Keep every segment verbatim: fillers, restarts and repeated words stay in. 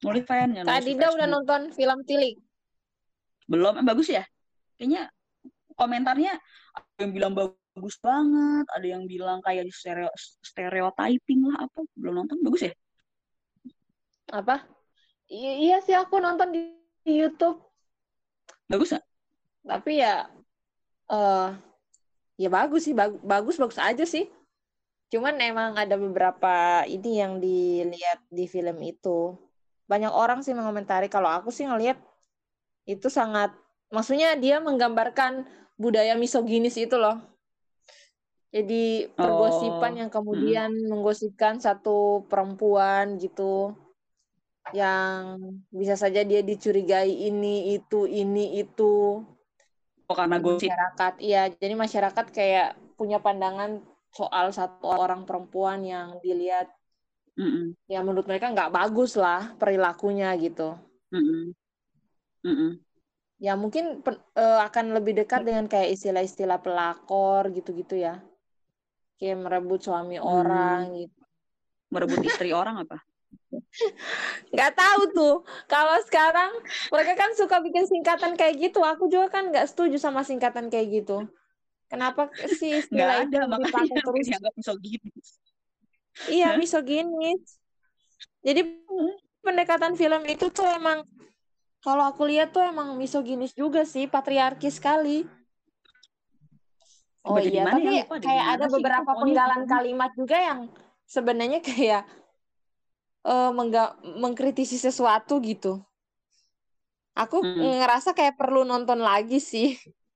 Only fan yang Kak nulis di Dinda udah Facebook. nonton film Tilik? Belum, eh, bagus ya? Kayaknya komentarnya ada yang bilang bagus banget, ada yang bilang kayak di stereo stereotyping lah apa. Belum nonton, bagus ya? Apa? I- iya sih aku nonton di, di YouTube. Bagus nggak? Tapi ya eh ya bagus sih, bagus bagus bagus aja sih. Cuman emang ada beberapa ini yang dilihat di film itu. Banyak orang sih mengomentari, kalau aku sih ngelihat itu sangat, maksudnya dia menggambarkan budaya misoginis itu loh. Jadi pergosipan Oh, yang mm-mm. kemudian menggosipkan satu perempuan gitu, yang bisa saja dia dicurigai ini itu ini itu Oh karena di gosip. masyarakat. Iya, jadi masyarakat kayak punya pandangan soal satu orang perempuan yang dilihat Mm-mm. ya menurut mereka nggak bagus lah perilakunya gitu. Mm-mm. Mm-mm. Ya mungkin pe- eh, akan lebih dekat dengan kayak istilah-istilah pelakor gitu-gitu ya. Kayak merebut suami orang Hmm. gitu. Merebut istri orang apa? Nggak tahu tuh. Kalau sekarang mereka kan suka bikin singkatan kayak gitu. Aku juga kan nggak setuju sama singkatan kayak gitu. Kenapa sih Nggak istilah itu ada, makanya dipakai mungkin terus? dianggap misoginis. Iya, Hah? misoginis. Jadi pendekatan film itu tuh emang, kalau aku lihat tuh emang misoginis juga sih, patriarki sekali. Oh Baca di iya, mana tapi ya? Lupa deh kayak ada gimana sih itu. beberapa Pokoknya penggalan intinya. kalimat juga yang sebenarnya kayak eh, mengga- mengkritisi sesuatu gitu. Aku Hmm. ngerasa kayak perlu nonton lagi sih.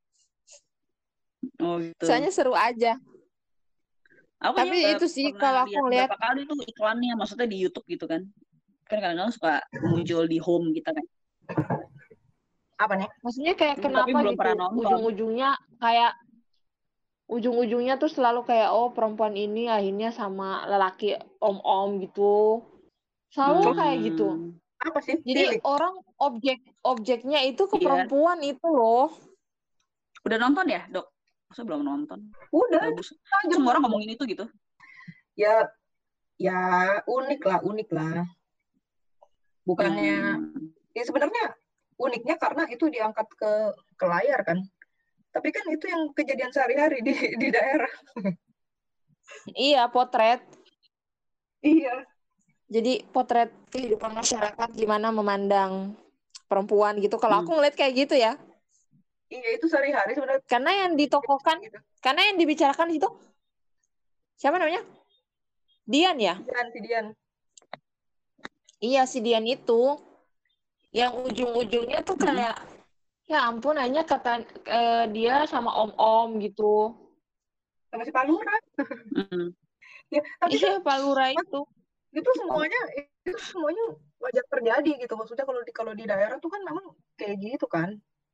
Oh gitu. Soalnya seru aja. Aku kayaknya Tapi udah itu sih pernah kalau aku lihat ngeliat, berapa kali tuh iklannya, maksudnya di YouTube gitu kan. Kan kadang-kadang suka muncul di home kita kan. apa nih? Maksudnya kayak Tapi kenapa belum gitu, pernah nonton. ujung-ujungnya kayak ujung-ujungnya tuh selalu kayak oh perempuan ini akhirnya sama lelaki om-om gitu. Selalu kayak gitu. Hmm. Apa sih? Jadi Tilik. orang objek objeknya itu ke Iya. perempuan itu loh. Udah nonton ya, Dok? Masa belum nonton? Udah, Bagus. aja Semua orang nonton. ngomongin itu gitu. Ya, ya unik lah, unik lah. Bukannya, Hmm. ya sebenarnya uniknya karena itu diangkat ke ke layar kan. Tapi kan itu yang kejadian sehari-hari di di daerah. Iya, potret. Iya, Jadi potret kehidupan masyarakat gimana memandang perempuan gitu. Kalau Hmm. aku ngeliat kayak gitu ya. iya itu sehari-hari sebenarnya Karena yang ditokohkan, gitu. karena yang dibicarakan itu siapa namanya? Dian ya? Dian, si Dian. Iya, si Dian itu yang ujung-ujungnya tuh Hmm. kayak ya ampun hanya kata eh, dia sama om-om gitu. Sama si Palura. Hmm. Ya, tapi kan Iya, Pak Lura itu. itu semuanya itu semuanya wajar terjadi gitu. Maksudnya kalau di kalau di daerah tuh kan memang kayak gitu kan.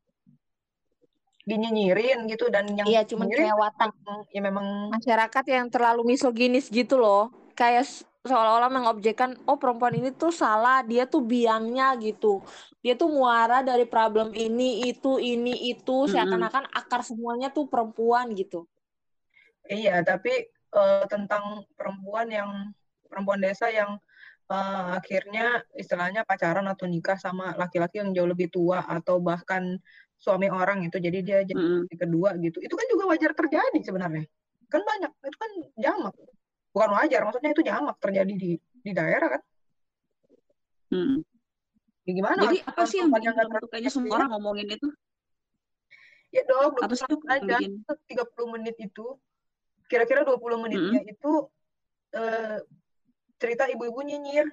Dinyinyirin gitu dan yang Iya, cuman nyinyirin kayak watak ya memang masyarakat yang terlalu misoginis gitu loh. Kayak s- seolah-olah mengobjekkan, oh perempuan ini tuh salah, dia tuh biangnya gitu. Dia tuh muara dari problem ini, itu, ini, itu. Hmm. Seakan-akan akar semuanya tuh perempuan gitu. iya, tapi eh, tentang perempuan yang perempuan desa yang eh, akhirnya istilahnya pacaran atau nikah sama laki-laki yang jauh lebih tua atau bahkan suami orang itu jadi dia jadi Hmm. istri kedua gitu. Itu kan juga wajar terjadi sebenarnya. Kan banyak, itu kan jamak. Bukan wajar, maksudnya itu jamak terjadi di di daerah kan. Hmm. Ya gimana Jadi apa orang sih yang perempuannya bikin nggak film itu kayaknya semua terjadi? orang ngomongin itu? Ya dong, Apa sih, Dok, nonton yang aja bikin? tiga puluh menit itu. Kira-kira dua puluh menitnya Hmm. itu eh, cerita ibu-ibu nyinyir.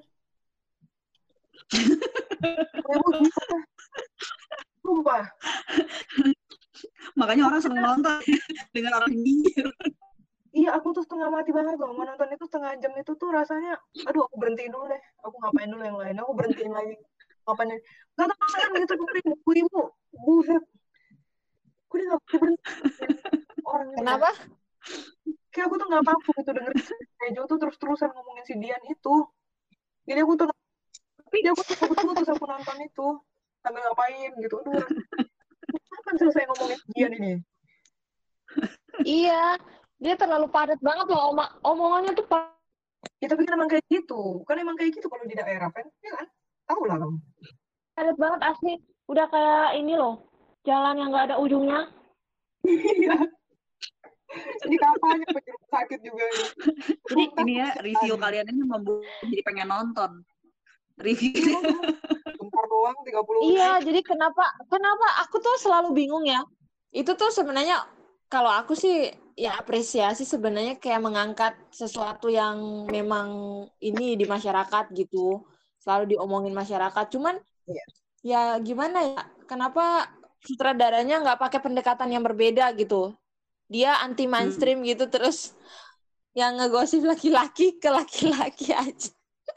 Ibu-ibu gila, sumpah. Makanya orang seneng nonton dengan orang nyinyir. Iya, aku tuh setengah mati banget loh. Mau nonton itu setengah jam itu tuh rasanya, aduh aku berhentiin dulu deh. Aku ngapain dulu yang lain. Aku berhentiin lagi. Ngapain lagi. Gak tahan gitu dengerin ibu-ibu. Buset. Aku udah gak bisa berhenti. Orang ini ya. Kenapa? Kayak aku tuh gak mampu gitu dengerin si Tejo tuh terus-terusan ngomongin si Dian itu. Jadi aku tuh, Tapi jadi aku tuh putus-putus aku nonton itu. Sambil ngapain gitu. Aduh, kapan selesai ngomongin si Dian ini? Iya, dia terlalu padat banget loh. Oma- omongannya tuh pa- Ya tapi kan emang kayak gitu. Kan emang kayak gitu kalau di daerah kan. Ya kan? Tahu lah kamu. Padat banget asli. Udah kayak ini loh. Jalan yang nggak ada ujungnya. Iya. Jadi kapan nyampe rumah sakit juga ini. Jadi Entah ini ya, kok review tadi. kalian ini membuat jadi pengen nonton. Review. Iya, bentar doang tiga puluh menit. Iya, jadi kenapa kenapa aku tuh selalu bingung ya. Itu tuh sebenarnya kalau aku sih ya apresiasi sebenarnya kayak mengangkat sesuatu yang memang ini di masyarakat gitu. Selalu diomongin masyarakat. Cuman Iya. ya gimana ya? Kenapa sutradaranya nggak pakai pendekatan yang berbeda gitu? Dia anti mainstream gitu terus yang ngegosip laki-laki ke laki-laki aja.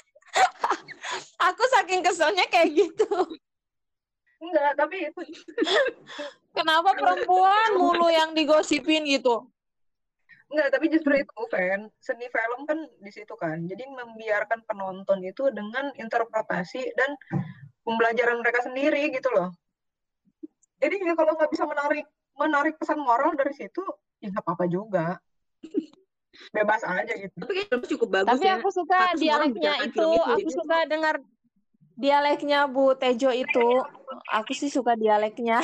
Aku saking keselnya kayak gitu. Enggak, tapi itu Kenapa perempuan mulu yang digosipin gitu? enggak, tapi justru itu Fan, seni film kan di situ kan. Jadi membiarkan penonton itu dengan interpretasi dan pembelajaran mereka sendiri gitu loh. Jadi ya kalau nggak bisa menarik menarik pesan moral dari situ, ya nggak apa-apa juga. Bebas aja gitu. Tapi kayaknya cukup bagus Tapi ya. aku suka Karena semua orang dialeknya bicarakan itu, film itu. aku Jadi suka dengar dialeknya Bu Tejo itu. Aku sih suka dialeknya.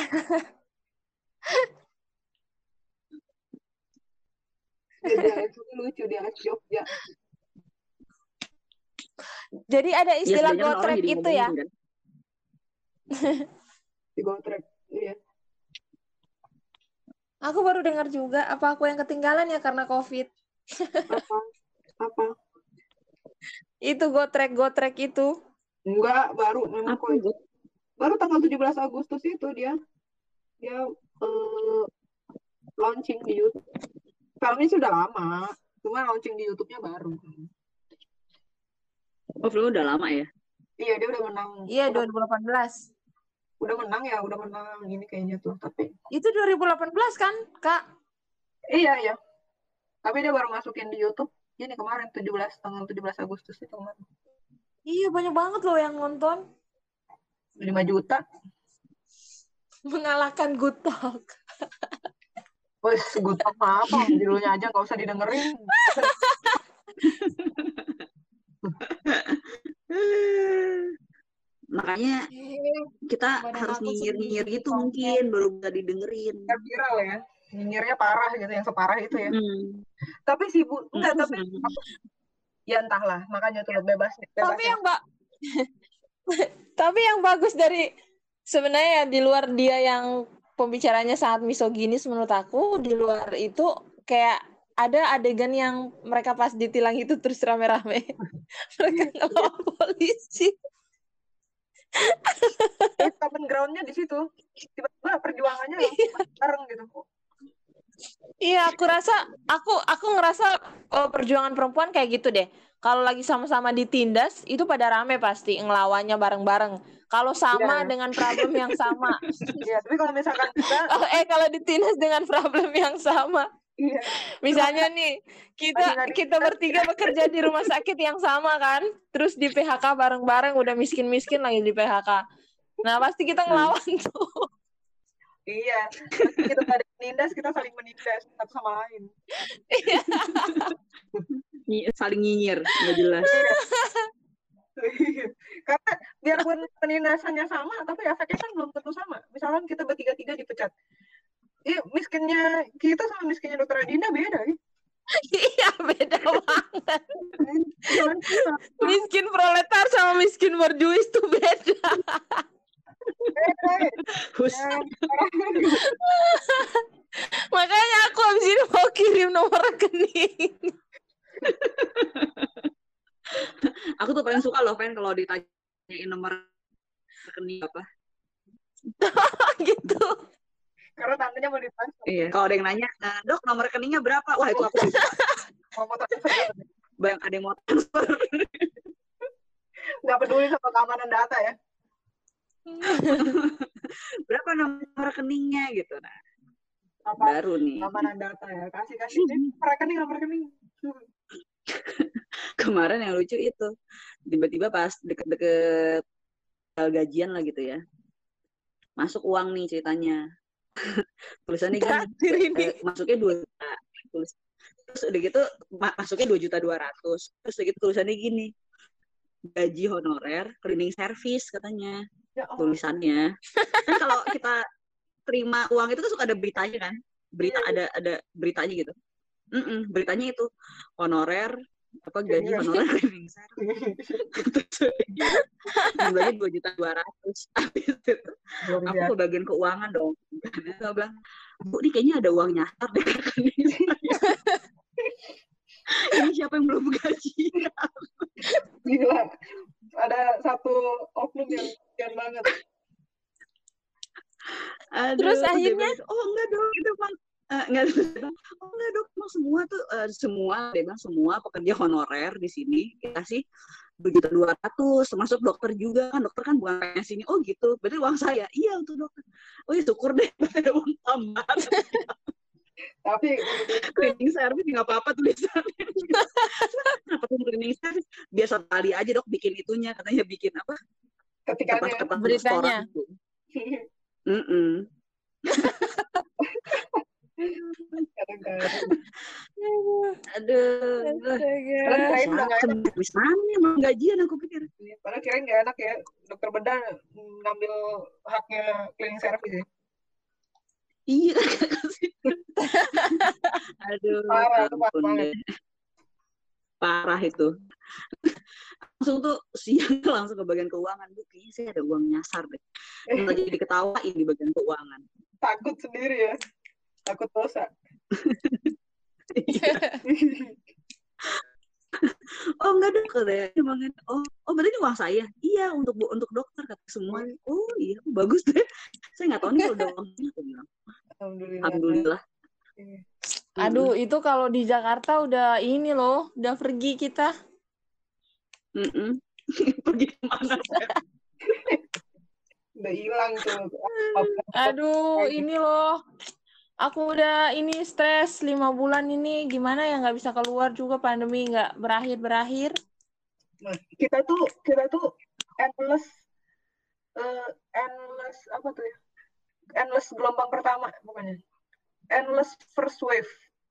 Ya, dialek itu lucu, dialek Jogja. Jadi ada ya istilah sebenarnya kan orang gotrek jadi itu ya. ngomongin kan. Di Gotrek. Iya. Aku baru dengar juga. Apa aku yang ketinggalan ya karena COVID? Apa? Apa? Itu gotrek-gotrek itu. Enggak, baru memang Apa kok. gue? Baru tanggal tujuh belas Agustus itu dia dia eh, launching di YouTube. Filmnya sudah lama, cuma launching di YouTube-nya baru. Oh, film udah lama ya? Iya, dia udah menang. Iya, udah, dua ribu delapan belas. udah menang ya, udah menang ini kayaknya tuh. Tapi Itu dua ribu delapan belas kan, Kak? iya ya. Tapi dia baru masukin di YouTube. Ini kemarin tujuh belas tanggal tujuh belas Agustus itu kemarin. Iya, banyak banget loh yang nonton. lima juta. Mengalahkan Good Talk. Wes, good talk mah apa? Judulnya aja nggak usah didengerin. Makanya kita Badan harus aku nyinyir-nyinyir segini gitu konten. mungkin baru bisa didengerin. Biar viral ya. Nyinyirnya parah gitu, yang separah itu ya. Hmm. Tapi sih Bu, enggak, tapi Hmm. ya entahlah, makanya tuh bebas bebas Tapi ya. yang mbak, tapi yang bagus dari sebenarnya ya, di luar dia yang pembicaranya sangat misoginis menurut aku, di luar itu kayak ada adegan yang mereka pas ditilang itu terus rame-rame mereka ngelawan polisi. Eh, common ground-nya di situ. Tiba-tiba perjuangannya langsung bareng gitu. Iya, aku rasa aku aku ngerasa oh, perjuangan perempuan kayak gitu deh. Kalau lagi sama-sama ditindas itu pada rame pasti ngelawannya bareng-bareng. Kalau sama Iya. dengan problem yang sama. Iya, tapi kalau misalkan kita Kalau eh kalau ditindas dengan problem yang sama. iya, Misalnya nih, kita lagi nggak kita bertiga bekerja di rumah sakit yang sama kan, terus di P H K bareng-bareng, udah miskin-miskin lagi di P H K. Nah, pasti kita ngelawan tuh. iya, terus kita nggak ada yang menindas, kita saling menindas satu sama lain. Nyi- Saling nyinyir, nggak jelas. Karena biarpun penindasannya sama, tapi efeknya kan belum tentu sama. Misalkan kita bertiga-tiga dipecat. Iya, miskinnya kita sama miskinnya dokter Adinda beda ya. Iya, beda banget. Jangan kita. Miskin proletar sama miskin berjuis tuh beda. Beda. Hus. Ya, Makanya aku habis ini mau kirim nomor rekening. Aku tuh paling suka loh, Fen, kalau ditanyain nomor rekening apa. Gitu. karena tantenya mau ditransfer. Iya. Kalau ada yang nanya, nah, dok nomor rekeningnya berapa? Wah itu aku suka. Mau mau transfer. Bang, ada yang mau transfer. Nggak peduli sama keamanan data ya. Berapa nomor rekeningnya gitu. Nah, Apa baru nih. keamanan data ya. Kasih kasih rekening nomor rekening. Kemarin yang lucu itu tiba-tiba pas deket-deket gajian lah gitu ya, masuk uang nih ceritanya. Tulisannya gini, eh, masuknya dua juta. Tulis, terus udah gitu ma- masuknya dua juta dua ratus. Terus udah gitu tulisannya gini, gaji honorer cleaning service katanya Ya Allah. tulisannya. Kan kalau kita terima uang itu kan suka ada beritanya kan, berita ada ada beritanya gitu. Mm-mm, beritanya itu honorer apa gaji honorer cleaning service. Jumlahnya dua juta dua ratus. Luar Aku biasa. ke bagian keuangan dong. Aku bilang, Bu, ini kayaknya ada uang nyasar deh. Ini siapa yang belum gaji? Gila. Ada satu oknum yang kasihan banget. Aduh, Terus dia akhirnya? bilang, oh enggak dong, itu bang. Uh, enggak, oh enggak dong, emang semua tuh uh, semua, dia bilang semua pekerja honorer di sini dikasih dua juta dua ratus, termasuk dokter juga kan, dokter kan bukan kayak sini. Oh gitu, berarti uang saya. Iya untuk dokter. Oh ya syukur deh, ada uang tambahan. Tapi Cleaning service nggak apa-apa tulisannya. Kenapa tuh cleaning service? Biar satu kali aja dok bikin itunya, katanya bikin apa? ketikanya Kertas-kertas Beritanya. restoran itu. Mm-mm. kadang-kadang. Aduh. Padahal Astaga. kirain udah nggak enak. Habis mana emang gajian aku pikir. Padahal kirain nggak enak ya. Dokter bedah ngambil haknya cleaning service ya. Iya. Aduh, Parah, itu parah ampun banget. deh. Parah itu. Langsung tuh siang langsung ke bagian keuangan. Bu, kayaknya saya ada uang nyasar deh. Lagi diketawain di bagian keuangan. Takut sendiri ya. Takut dosa. Oh enggak dok, katanya. Oh, oh berarti ini uang saya? Iya, untuk untuk dokter kata semua. Oh iya, bagus deh. Saya nggak tahu nih kalau udah uangnya. Aku bilang. Alhamdulillah. Alhamdulillah. Aduh, itu kalau di Jakarta udah ini loh, udah pergi kita. Mm-mm. Pergi kemana? Udah hilang tuh. Aduh, ini loh. Aku udah ini stres lima bulan ini. Gimana ya nggak bisa keluar juga, pandemi nggak berakhir-berakhir. Nah, kita tuh kita tuh endless uh, endless apa tuh ya? Endless gelombang pertama bukannya? Endless first wave.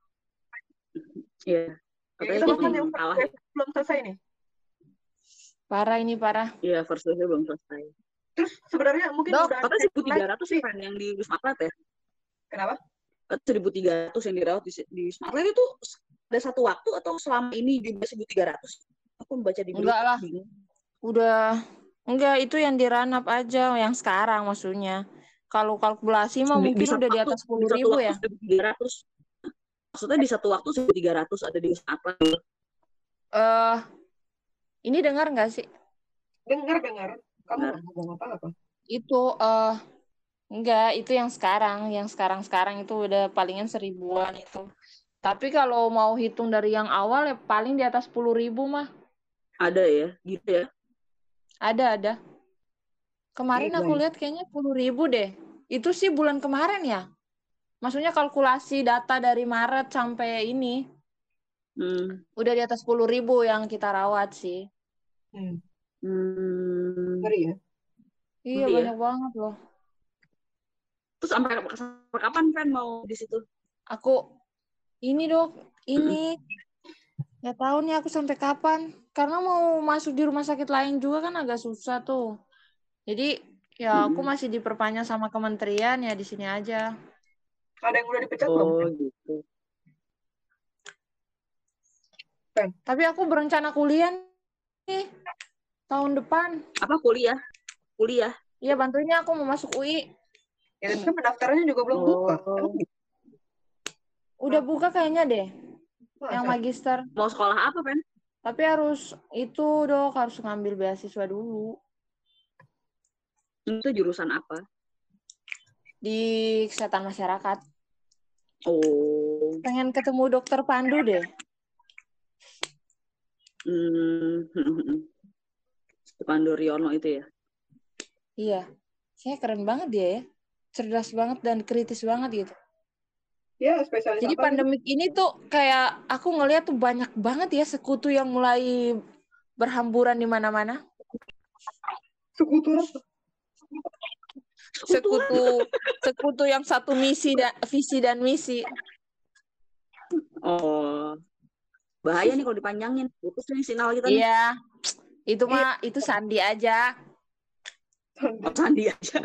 Iya. Ya, itu bahkan yang first wave belum selesai nih. Parah ini, parah. Iya, first wave belum selesai. Terus sebenarnya mungkin Dok, udah katanya seribu tiga ratus sih kan yang di Wisma Atlet ya? Kenapa? seribu tiga ratus yang dirawat di, di Wisma Atlet itu ada satu waktu atau selama ini di seribu tiga ratus? Aku membaca di berita. Enggak lah. Bingung. Udah. Enggak, itu yang di Ranap aja, yang sekarang maksudnya. Kalau kalkulasi mah Di- mungkin di udah di waktu- atas sepuluh di satu ribu waktu ya. seribu tiga ratus. Maksudnya di satu waktu seribu tiga ratus ada di Wisma Atlet. Eh, ini dengar nggak sih? Dengar dengar. Kamu Dengar. nggak ngomong apa-apa. Itu eh enggak, itu yang sekarang, yang sekarang-sekarang itu udah palingan seribuan itu. Tapi kalau mau hitung dari yang awal ya paling di atas sepuluh ribu mah. Ada ya, gitu ya. Ada, ada. Kemarin Gila aku ya. lihat kayaknya sepuluh ribu deh. Itu sih bulan kemarin ya. Maksudnya kalkulasi data dari Maret sampai ini. Hmm. Udah di atas sepuluh ribu yang kita rawat sih. Hmm. Hmm. Ngeri ya. Iya, Iya. banyak banget loh. Terus sampai, sampai kapan kan mau di situ? Aku, ini dok, ini. Nggak tahu nih aku sampai kapan. Karena mau masuk di rumah sakit lain juga kan agak susah tuh. Jadi ya aku Mm-mm. masih diperpanjang sama kementerian, ya di sini aja. Ada yang udah dipecat belum? Oh gitu. Tapi aku berencana kuliah nih tahun depan. Apa kuliah? Kuliah? Iya, bantuinnya aku mau masuk U I. Ya, tapi pendaftarannya juga belum buka. Oh. Udah buka kayaknya deh, Masa? yang magister. Mau sekolah apa, Pen? Tapi harus itu dok, harus ngambil beasiswa dulu. Itu jurusan apa? Di kesehatan masyarakat. Oh. Pengen ketemu dokter Pandu deh. Hmm. Pandu Riono itu ya? Iya. Saya keren banget dia ya. Cerdas banget dan kritis banget gitu. Ya, spesialis Jadi apa pandemik ini tuh kayak aku ngeliat tuh banyak banget ya sekutu yang mulai berhamburan di mana-mana. Sekutu apa? Sekutu sekutu yang satu misi dan visi dan misi. Oh. Bahaya nih kalau dipanjangin. Putus nih sinyal kita nih. Iya. Itu mah itu Sandi aja. Oh, Sandi aja.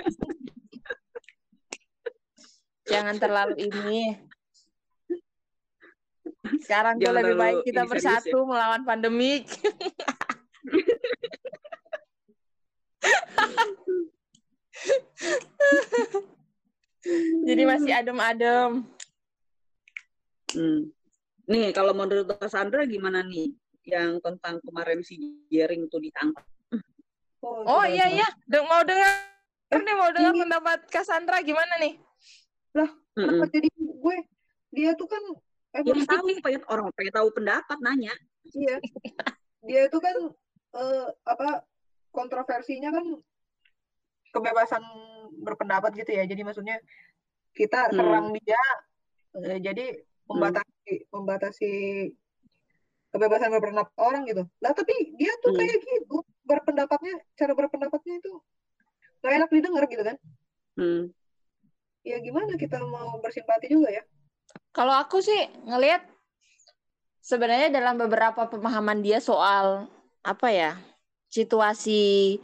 Jangan terlalu ini. Sekarang tuh Jangan lebih terlalu baik kita ini serius bersatu ya. melawan pandemik. Jadi masih adem-adem. Hmm. Nih, kalau menurut Cassandra gimana nih? Yang tentang kemarin si Jering tuh ditangkap. Oh iya iya, De- mau dengar nih mau dengar pendapat Cassandra gimana nih? Lah, kenapa Mm-mm. jadi gue? Dia tuh kan Ya emang tahu, pengen orang pengen tahu pendapat nanya. iya. Dia itu kan eh, apa kontroversinya kan kebebasan berpendapat gitu ya. Jadi maksudnya kita Hmm. serang dia eh, jadi Hmm. membatasi membatasi kebebasan berpendapat orang gitu. Lah tapi dia tuh Hmm. kayak gitu berpendapatnya, cara berpendapatnya itu gak enak didengar gitu kan. Hmm. Ya gimana kita mau bersimpati juga ya. Kalau aku sih ngelihat sebenarnya dalam beberapa pemahaman dia soal apa ya situasi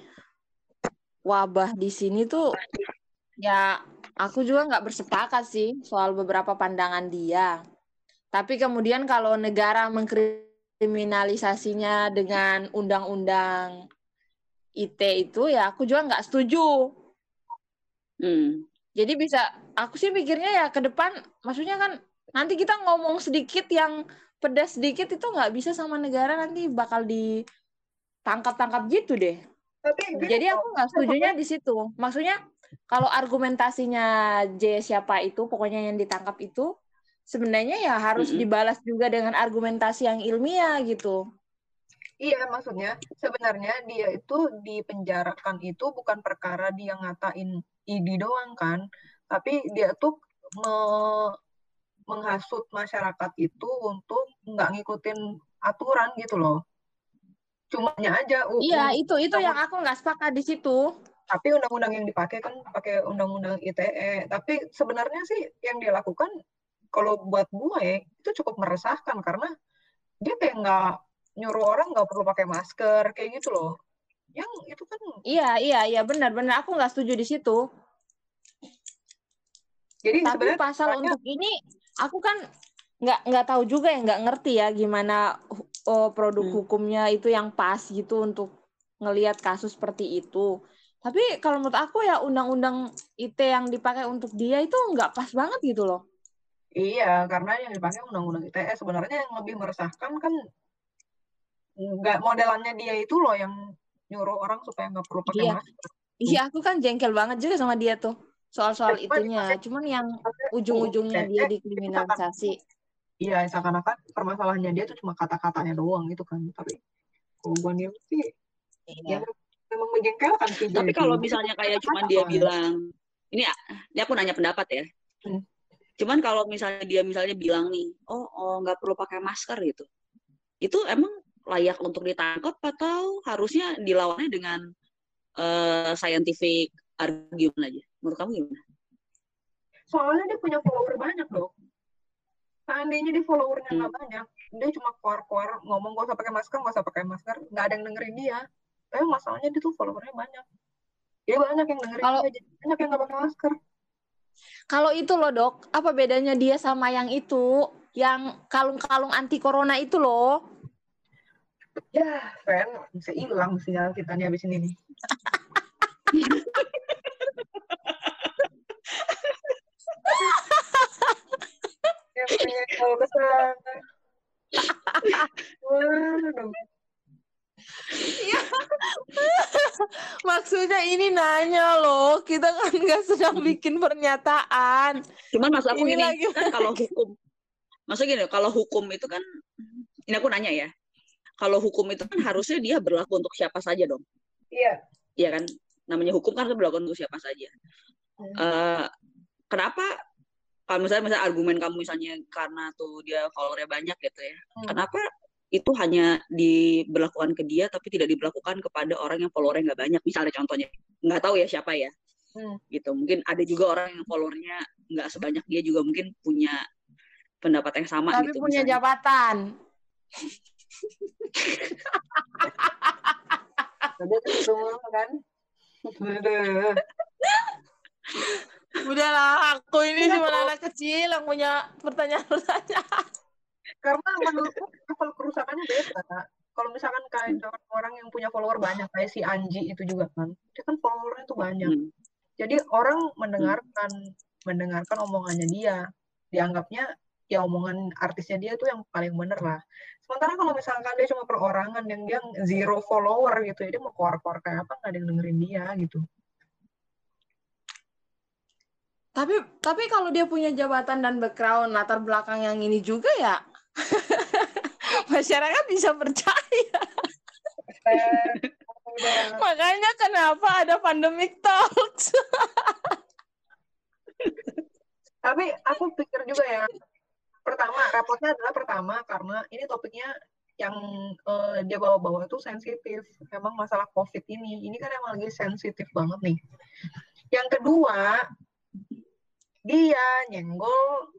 wabah di sini tuh ya aku juga nggak bersepakat sih soal beberapa pandangan dia. Tapi kemudian kalau negara mengkriminalisasinya dengan undang-undang I T itu ya aku juga nggak setuju. Hmm. Jadi bisa aku sih pikirnya ya ke depan maksudnya kan nanti kita ngomong sedikit yang pedas sedikit itu nggak bisa sama negara nanti bakal ditangkap-tangkap gitu deh. Tapi gini, Jadi aku nggak setujunya di situ. Maksudnya kalau argumentasinya J siapa itu pokoknya yang ditangkap itu sebenarnya ya harus Mm-mm. dibalas juga dengan argumentasi yang ilmiah gitu. iya maksudnya sebenarnya dia itu dipenjarakan itu bukan perkara dia ngatain I D doang kan, tapi dia tuh me- menghasut masyarakat itu untuk nggak ngikutin aturan gitu loh. Cumanya aja u- Iya, un- itu itu yang aku nggak sepakat di situ. tapi undang-undang yang dipakai kan pakai undang-undang I T E. Tapi sebenarnya sih yang dia lakukan kalau buat gue itu cukup meresahkan karena dia kayak nggak nyuruh orang nggak perlu pakai masker kayak gitu loh. Yang itu kan Iya, iya, iya benar-benar aku nggak setuju di situ. jadi Tapi sebenarnya pasal banyak, untuk ini aku kan nggak nggak tahu juga ya, nggak ngerti ya gimana oh, produk Hmm. hukumnya itu yang pas gitu untuk ngelihat kasus seperti itu. Tapi kalau menurut aku ya undang-undang I T yang dipakai untuk dia itu nggak pas banget gitu loh. iya karena yang dipakai undang-undang I T E sebenarnya yang lebih meresahkan kan nggak modelannya dia itu loh yang nyuruh orang supaya nggak perlu pakai Iya, masker. iya aku kan jengkel banget juga sama dia tuh soal-soal Cuma itunya. dipakai Cuman yang U U ujung-ujungnya dia I T E itu seakan dikriminalisasi. iya seakan-akan permasalahannya dia itu cuma kata-katanya doang gitu kan. Tapi kalau gue nih sih ya Iya. memang menjengkelkan sih Tapi jadi. kalau misalnya kayak cuman dia bilang, ini, ini aku nanya pendapat ya. Hmm. Cuman kalau misalnya dia misalnya bilang nih, oh oh nggak perlu pakai masker gitu, itu emang layak untuk ditangkap atau harusnya dilawannya dengan uh, scientific argument aja? Menurut kamu gimana? Soalnya dia punya follower banyak dong. Seandainya dia followernya nggak Hmm. banyak, dia cuma keluar-keluar ngomong gak usah pakai masker, gak usah pakai masker, nggak ada yang dengerin dia. Tapi masalahnya dia tuh followernya banyak. Dia banyak yang dengerin Kalau dia, jadi banyak yang nggak pakai masker. kalau itu loh dok, apa bedanya dia sama yang itu, yang kalung-kalung anti corona itu loh? Ya, Fen, bisa hilang sinyal kita nih abis ini nih. Ya, kalau kesana. Waduh. Iya. Maksudnya ini nanya loh, kita kan nggak sedang bikin pernyataan. Cuman maksud aku Ini gini, lagi- kan kalau hukum, maksudnya gini, kalau hukum itu kan, ini aku nanya ya, kalau hukum itu kan harusnya dia berlaku untuk siapa saja dong. Iya. Iya kan, namanya hukum kan harus berlaku untuk siapa saja. Hmm. Uh, kenapa kalau misalnya, misalnya argumen kamu misalnya karena tuh dia followernya banyak gitu ya, Hmm. kenapa itu hanya diberlakukan ke dia tapi tidak diberlakukan kepada orang yang followernya nggak banyak, misalnya contohnya, nggak tahu ya siapa ya, Hmm. gitu. Mungkin ada juga orang yang followernya nggak sebanyak dia juga mungkin punya pendapat yang sama tapi gitu, punya misalnya. jabatan. Tadi tuh gitu mulu kan. Udah. Udahlah, aku ini Iya, cuma Bro. anak kecil yang punya pertanyaan-pertanyaan. Karena menurutku level kerusakannya beda. Kalau misalkan kayak orang yang punya follower banyak kayak si Anji itu juga kan, dia kan followernya tuh banyak. Hmm. Jadi orang mendengarkan mendengarkan omongannya dia, dianggapnya ya omongan artisnya dia tuh yang paling bener lah. Sementara kalau misalkan dia cuma perorangan yang dia zero follower gitu, ya dia mau keluar-keluar kayak apa nggak ada yang dengerin dia gitu. Tapi tapi kalau dia punya jabatan dan background latar belakang yang ini juga ya, masyarakat bisa percaya. Eh, udah. Makanya kenapa ada pandemic talks. Tapi aku pikir juga ya, pertama repotnya adalah pertama karena ini topiknya yang uh, dia bawa-bawa itu sensitif. Emang masalah COVID ini, ini kan emang lagi sensitif banget nih. Yang kedua, dia nyenggol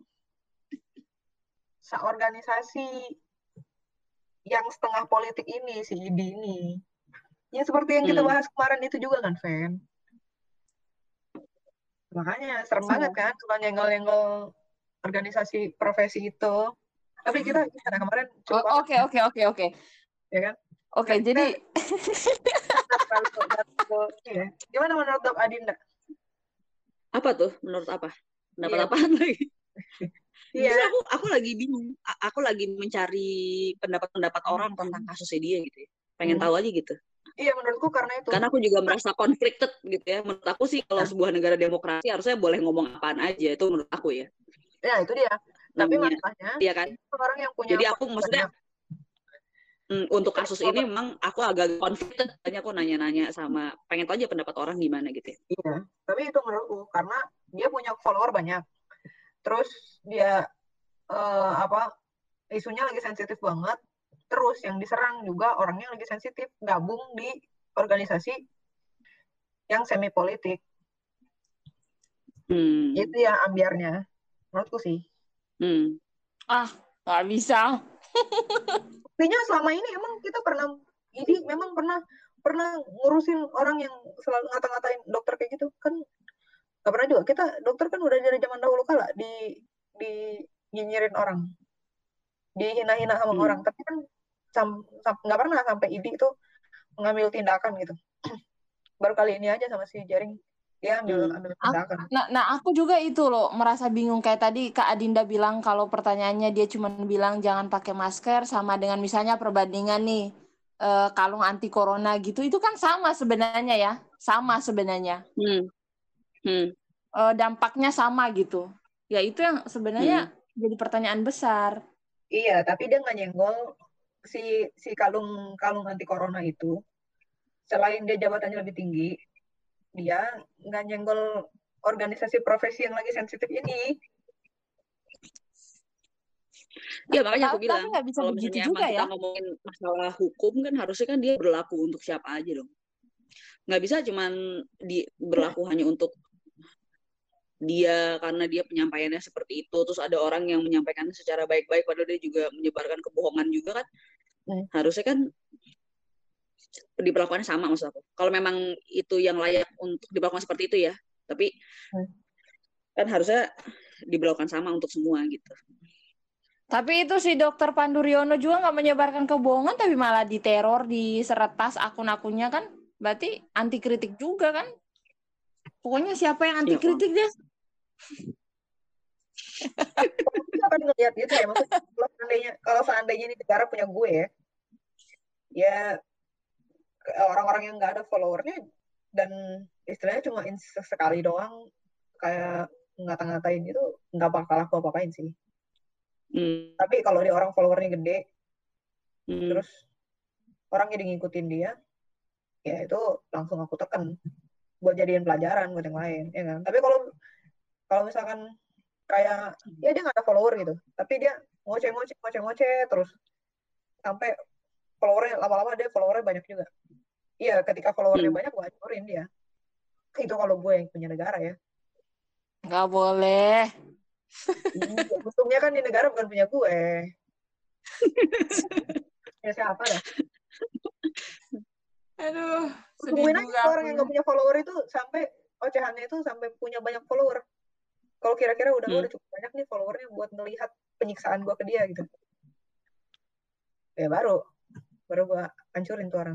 seorganisasi yang setengah politik ini, si I D I ini. Ya seperti yang kita bahas kemarin itu juga kan, Fen. Makanya serem Hmm. banget kan kalau nyenggol-nyenggol organisasi profesi itu. Tapi kita karena kemarin cukup Oh, Oke oke oke oke. ya kan? Oke, Nah, jadi ya. Gimana menurut Dok Adinda? Apa tuh? Menurut apa? Pendapat Iya. apaan lagi? Iya. Justru aku aku lagi bingung. A- Aku lagi mencari pendapat-pendapat orang tentang kasusnya dia gitu ya. Pengen Hmm. tahu aja gitu. Iya, menurutku karena itu. Karena aku juga merasa conflicted gitu ya. Menurut aku sih kalau Nah. sebuah negara demokrasi harusnya boleh ngomong apaan aja. Itu menurut aku ya. Ya, itu dia. Tapi Namanya, masalahnya iya kan? orang yang punya Jadi aku maksudnya mm, untuk Itu kasus kalau- ini memang aku agak conflicted. Banyak aku nanya-nanya sama pengen tahu aja pendapat orang gimana gitu ya. Iya, tapi itu menurutku karena dia punya follower banyak. Terus dia eh, apa isunya lagi sensitif banget. Terus yang diserang juga orangnya lagi sensitif, gabung di organisasi yang semi politik. Hmm. Itu ya ambiarnya, menurutku sih. Hmm. ah nggak bisa. Buktinya selama ini emang kita pernah, ini memang pernah pernah ngurusin orang yang selalu ngata-ngatain dokter kayak gitu kan? Gak pernah juga. Kita dokter kan udah dari zaman dahulu kala di di nyinyirin orang, dihina-hina sama Hmm. orang. Tapi kan sam- sam- nggak pernah sampai I D I itu mengambil tindakan gitu. Baru kali ini aja sama si Jaring dia ambil Hmm. ambil tindakan. Nah, nah aku juga itu loh merasa bingung kayak tadi Kak Adinda bilang kalau pertanyaannya dia cuma bilang jangan pakai masker sama dengan misalnya perbandingan nih eh, kalung anti corona gitu itu kan sama sebenarnya ya sama sebenarnya Hmm. Hmm. Eh, dampaknya sama gitu ya itu yang sebenarnya jadi pertanyaan besar. Iya, tapi dia nggak nyenggol si si kalung kalung anti corona itu. Selain dia jabatannya lebih tinggi, dia nggak nyenggol organisasi profesi yang lagi sensitif ini. Ya makanya aku Tapi- bilang tapi nggak bisa kalau begitu misalnya juga emang kita ya. ngomongin masalah hukum kan harusnya kan dia berlaku untuk siapa aja dong. Nggak bisa cuman di berlaku hanya untuk dia karena dia penyampaiannya seperti itu terus ada orang yang menyampaikannya secara baik-baik padahal dia juga menyebarkan kebohongan juga kan. Hmm. Harusnya kan diperlakukannya sama maksud aku. Kalau memang itu yang layak untuk diperlakukan seperti itu ya. Tapi Hmm. kan harusnya diberlakukan sama untuk semua gitu. Tapi itu si dokter Panduryono juga nggak menyebarkan kebohongan tapi malah diteror, diseretas akun-akunnya kan. Berarti anti kritik juga kan. Pokoknya siapa yang anti kritik dia. Kita akan ngeliat gitu ya, maksudnya kalau seandainya, kalau seandainya ini negara punya gue ya, ya orang-orang yang nggak ada followernya dan istilahnya cuma sekali doang kayak ngata-ngatain itu nggak bakal aku apa-apain sih. Hmm. Tapi kalau dia orang followernya gede, Hmm. terus orang jadi ngikutin dia, ya itu langsung aku tekan buat jadiin pelajaran buat yang lain, ya kan? Tapi kalau kalau misalkan kayak ya dia nggak ada follower gitu, tapi dia ngoceh-ngoceh, ngoceh-ngoceh terus sampai followernya lama-lama dia followernya banyak juga. Iya, ketika followernya Hmm. banyak gue hancurin dia. Itu kalau gue yang punya negara ya. Nggak boleh. Iya, untungnya kan di negara bukan punya gue. Ya siapa dah? Aduh, sedih Tungguin aja juga orang aku yang ya. nggak punya follower itu sampai ocehannya itu sampai punya banyak follower. Kalau kira-kira udah Hmm. udah cukup banyak nih followernya buat melihat penyiksaan gue ke dia gitu. Ya baru baru gue hancurin tuh orang.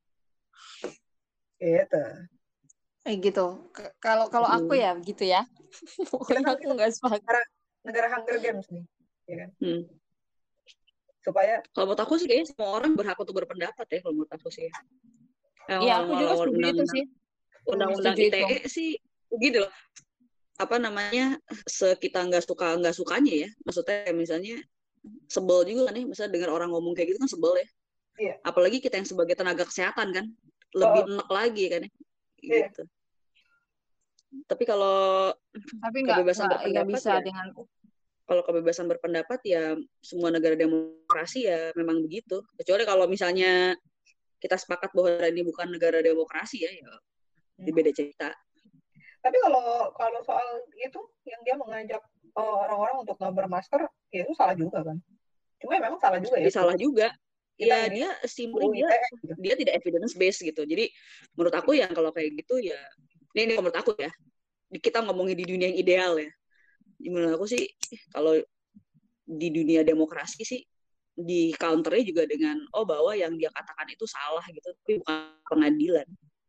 Gitu. Eh gitu. K- Kalau kalau aku Hmm. ya gitu ya. Kita Pokoknya kan aku kita nggak sepakat. negara, negara Hunger Games nih, ya kan? Hmm. Supaya Kalau menurut aku sih kayaknya semua orang berhak untuk berpendapat ya kalau menurut aku sih. Iya, aku juga Kalau setuju itu undang-undang sih. undang-undang Setuju itu. I T E sih gitu loh. Apa namanya? Sekita nggak suka nggak sukanya ya. Maksudnya kayak misalnya sebel juga kan ya. Misalnya dengar orang ngomong kayak gitu kan sebel ya. iya. Apalagi kita yang sebagai tenaga kesehatan kan Oh, lebih oh, enak lagi kan ya. iya. Gitu. Tapi kalau Tapi nggak kebebasan nggak nggak berpendapat bisa ya, dengan kalau kebebasan berpendapat ya semua negara demokrasi ya memang begitu. Kecuali kalau misalnya kita sepakat bahwa ini bukan negara demokrasi ya, ya Hmm. itu beda cerita. Tapi kalau kalau soal itu yang dia mengajak uh, orang-orang untuk nggak bermasker, ya itu salah juga kan? Cuma ya memang salah juga ya. Dia salah juga. Kita Ya ini dia simply guru dia I T E gitu. dia tidak evidence based gitu. Jadi menurut aku yang kalau kayak gitu ya ini, ini menurut aku ya. Kita ngomongin di dunia yang ideal ya. Menurut aku sih kalau di dunia demokrasi sih di counternya juga dengan oh bahwa yang dia katakan itu salah gitu, tapi bukan pengadilan.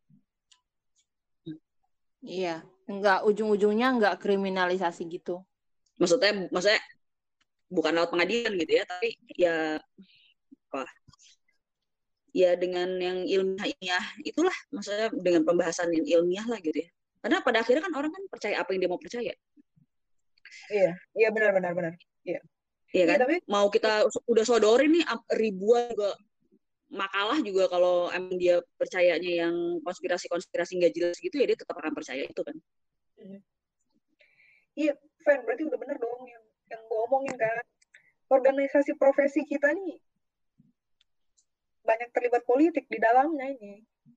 iya, nggak ujung-ujungnya nggak kriminalisasi gitu. Maksudnya maksudnya bukan lewat pengadilan gitu ya, tapi ya apa? Ya dengan yang ilmiah-ilmiah itulah, maksudnya dengan pembahasan yang ilmiah lah gitu ya. Karena pada akhirnya kan orang kan percaya apa yang dia mau percaya. Iya, iya benar-benar benar. Iya. Iya Iya kan? tapi Mau kita udah sodorin nih ribuan juga makalah juga kalau emang dia percayanya yang konspirasi-konspirasi nggak jelas gitu ya dia tetap akan percaya itu kan. iya, Fan, berarti udah bener dong yang yang gue omongin kan. Organisasi profesi kita nih banyak terlibat politik di dalamnya ini.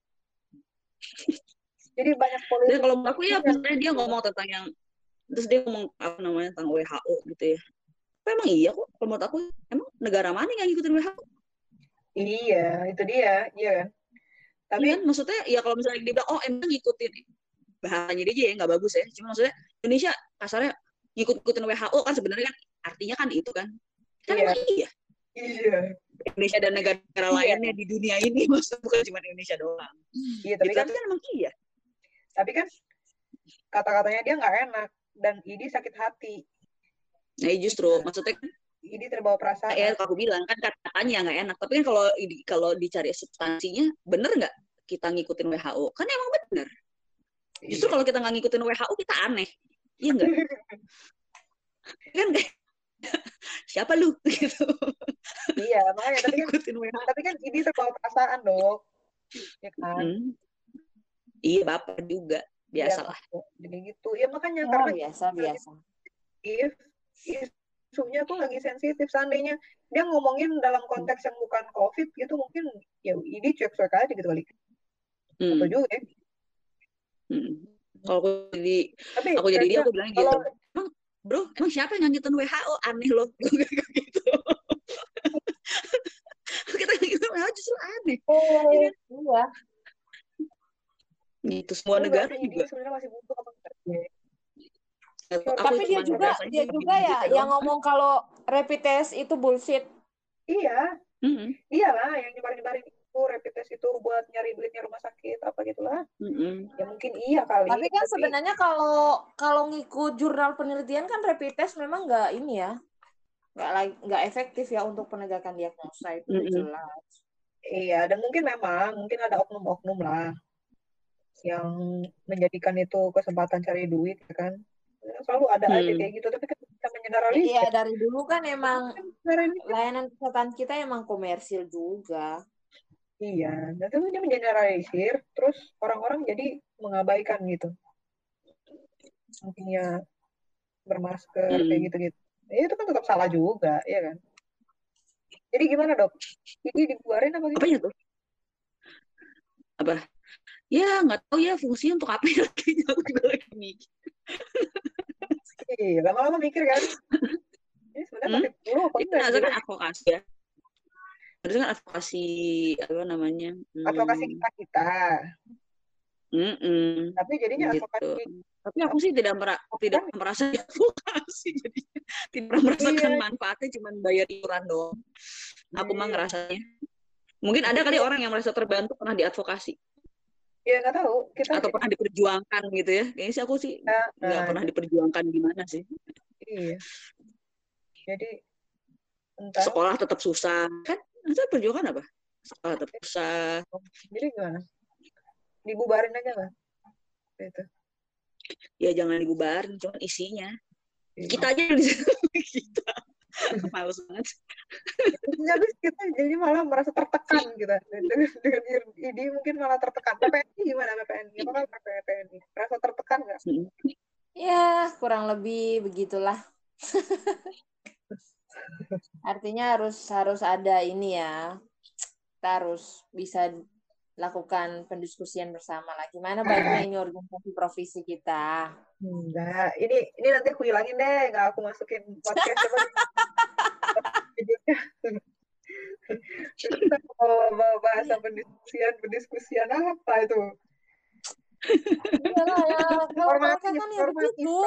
Jadi banyak Dan politik. kalau menurut aku ya misalnya dia ngomong tentang yang terus dia ngomong apa namanya tentang W H O gitu ya. Apa emang iya kok kalau menurut aku emang negara mana yang ngikutin W H O? Iya, itu dia, iya kan. Tapi Iya kan maksudnya ya kalau misalnya dia bilang oh emang ngikutin bahasanya dia aja ya nggak bagus ya. Cuma maksudnya Indonesia kasarnya ngikut-ngikutin W H O kan sebenarnya kan artinya kan itu kan. Kan iya, emang iya. iya, Indonesia dan negara-negara iya. lainnya di dunia ini maksudnya bukan cuma Indonesia doang. Iya, tapi gitu, kan, tapi kan emang iya. tapi kan kata-katanya dia nggak enak dan Idi sakit hati. Nah justru Iya. maksudnya kan Idi terbawa perasaan. ya aku bilang kan katanya nggak enak, tapi kan kalau kalau dicari substansinya bener nggak kita ngikutin W H O kan emang bener. Justru Iya. kalau kita nggak ngikutin W H O kita aneh, iya nggak? Kan kayak siapa lu gitu? Iya, makanya tapi kan, Ngikutin W H O. tapi kan Idi terbawa perasaan dong, ya kan? Hmm. Iya bapak juga biasalah. Iya, jadi gitu. Ya makanya Oh, karena biasa biasa. if isunya tuh lagi sensitif, seandainya dia ngomongin dalam konteks yang bukan COVID gitu mungkin ya Idi cuek-cuek aja gitu kali. Hmm. Atau juga ya. Hmm. Kalau aku jadi Tapi aku jadi dia aku bilang gitu. kalau Emang bro, emang siapa yang ngikutin W H O? Aneh loh. gitu. Kita ngikutin W H O justru aneh. Oh, ya kan? iya. Gitu semua ini negara berarti juga. Idi sebenarnya masih butuh apa enggak? Aku Tapi dia cuman juga ngerasanya dia di juga ya Indonesia yang doang. ngomong kalau rapid test itu bullshit. Iya, Mm-hmm. iyalah yang nyebarin-nyebarin itu rapid test itu buat nyari duitnya rumah sakit apa gitulah. Mm-hmm. Ya mungkin iya kali. Tapi kan sebenarnya kalau kalau ngikut jurnal penelitian kan rapid test memang nggak ini ya, nggak lagi nggak efektif ya untuk penegakan diagnosa itu udah Mm-hmm. jelas. Iya, dan mungkin memang mungkin ada oknum-oknum lah yang menjadikan itu kesempatan cari duit, ya kan? Selalu ada Hmm. aja kayak gitu, tapi kan bisa mengeneralisir. Iya, dari dulu kan emang Generalisir. layanan kesehatan kita emang komersil juga. Iya, dan itu dia mengeneralisir, terus orang-orang jadi mengabaikan gitu. Mungkinnya bermasker Hmm. kayak gitu-gitu. Ya, itu kan tetap salah juga, ya kan? Jadi gimana dok? Ini dibuarin apa gitu? Apanya tuh? Apa? Ya nggak tahu ya fungsinya untuk apa ya. Aku juga lagi mikir. Iya, lama-lama mikir kan. Ini sebenarnya Hmm? pakai dulu apa Itu enggak? nggak kan advokasi ya. Itu kan advokasi apa namanya? Advokasi Hmm, kita kita. mm-mm, Tapi jadinya gitu. advokasi Tapi aku sih tidak mera- tidak kan? merasa advokasi, jadi tidak pernah merasakan Iya, manfaatnya, cuma bayar iuran doang. Aku mah iya. ngerasanya. Mungkin ada Jadi kali orang yang merasa terbantu pernah diadvokasi ya nggak tahu kita atau pernah diperjuangkan gitu ya. Kayaknya sih aku sih kita nggak nah, pernah diperjuangkan gimana sih. iya. Jadi entah. Sekolah tetap susah kan? Masa perjuangan apa? Sekolah tetap susah. Jadi gimana? Dibubarin aja kan? Gitu. Ya jangan dibubarin, cuma isinya. Iya. Kita aja di situ kita. Males banget. Jadi kita jadi malah merasa tertekan kita dengan dengan ini mungkin malah tertekan. P P N I gimana P P N I? Apakah P P N I merasa tertekan nggak? Ya, kurang lebih begitulah. Artinya harus harus ada ini ya. Kita harus bisa lakukan pendiskusian bersama lah. Gimana baiknya ini organisasi profesi kita. Enggak, ini ini nanti aku hilangin deh, nggak aku masukin podcast coba. Kita mau bahasa pendiskusian pendiskusian apa itu? Iyalah ya, kalau mereka kan ya begitu.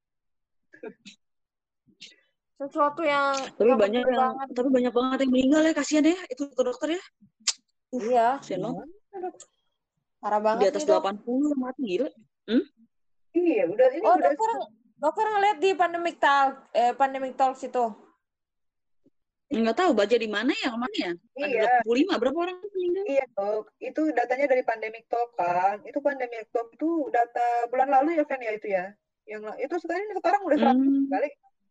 Sesuatu yang tapi banyak yang banget. tapi banyak banget yang meninggal ya, kasihan ya itu dokter ya. Uh, iya. Kasihan banget. Parah banget di atas nih, delapan puluh mati gila. Hmm? Iya, udah ini oh, udah. dokter, dokter ngeliat di pandemic talk, eh, pandemic talks itu. Nggak tahu baca di mana ya, mana ya? Ada Iya. delapan puluh lima berapa orang meninggal? Iya, dok. Itu datanya dari pandemic talk kan. Itu pandemic talk itu data bulan lalu ya, Fen ya itu ya. Yang itu sekarang sekarang udah seratus Hmm. kali.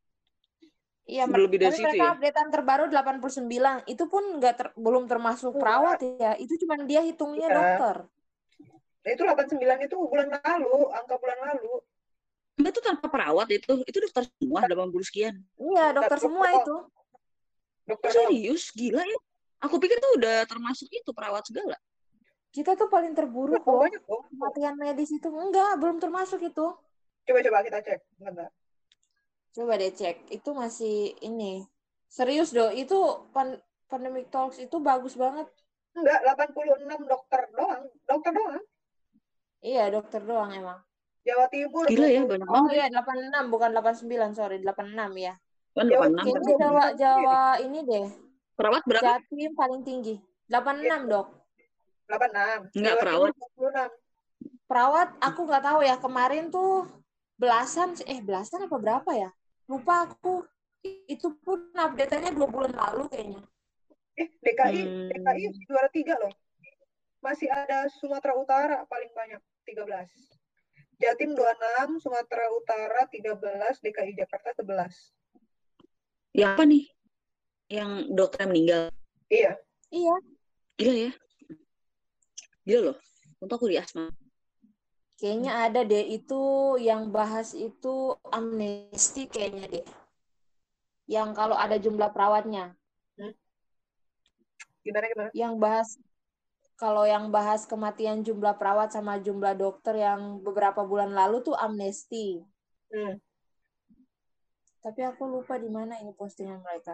Iya, Lebih dari tapi situ mereka ya? updatean terbaru delapan puluh sembilan. Itu pun nggak ter, belum termasuk perawat ya. Itu cuma dia hitungnya Iya. dokter. Nah, itu delapan puluh sembilan itu bulan lalu, angka bulan lalu. Itu tanpa perawat itu, itu dokter semua delapan puluh sekian. Iya, dokter Dokter semua doang. itu. Dokter Oh, serius, gila ya. Aku pikir tuh udah termasuk itu perawat segala. Kita tuh paling terburuk oh, loh. banyak loh. Kematian medis itu enggak, belum termasuk itu. Coba-coba kita cek, bentar. Coba deh cek, itu masih ini. Serius doh, itu pan pandemic talks itu bagus banget. Enggak, delapan puluh enam dokter doang, dokter doang. Iya, dokter doang emang. Jawa Timur. Gila ya, banyak oh, banget. Oh iya, delapan puluh enam bukan delapan puluh sembilan, sorry, delapan puluh enam ya. Kan delapan puluh enam. Kayaknya Jawa Jawa ini deh. Perawat berapa? Jatim paling tinggi. delapan puluh enam, Dok. delapan puluh enam. Enggak, perawat. delapan puluh enam. Perawat aku nggak tahu ya, kemarin tuh belasan eh belasan apa berapa ya? Lupa aku. Itu pun update-nya dua bulan lalu kayaknya. Eh, D K I, Hmm. D K I juara tiga loh. Masih ada Sumatera Utara paling banyak, tiga belas. Jatim dua puluh enam, Sumatera Utara tiga belas, D K I Jakarta sebelas. Yang apa nih? Yang dokter meninggal? Iya. Iya. Gila ya. Gila loh. Untuk aku di asma. Kayaknya ada deh, itu yang bahas itu amnesti kayaknya deh. Yang kalau ada jumlah perawatnya. Hmm. Gimana gimana? Yang bahas kalau yang bahas kematian jumlah perawat sama jumlah dokter yang beberapa bulan lalu tuh amnesti. Hmm. Tapi aku lupa di mana ini postingan mereka.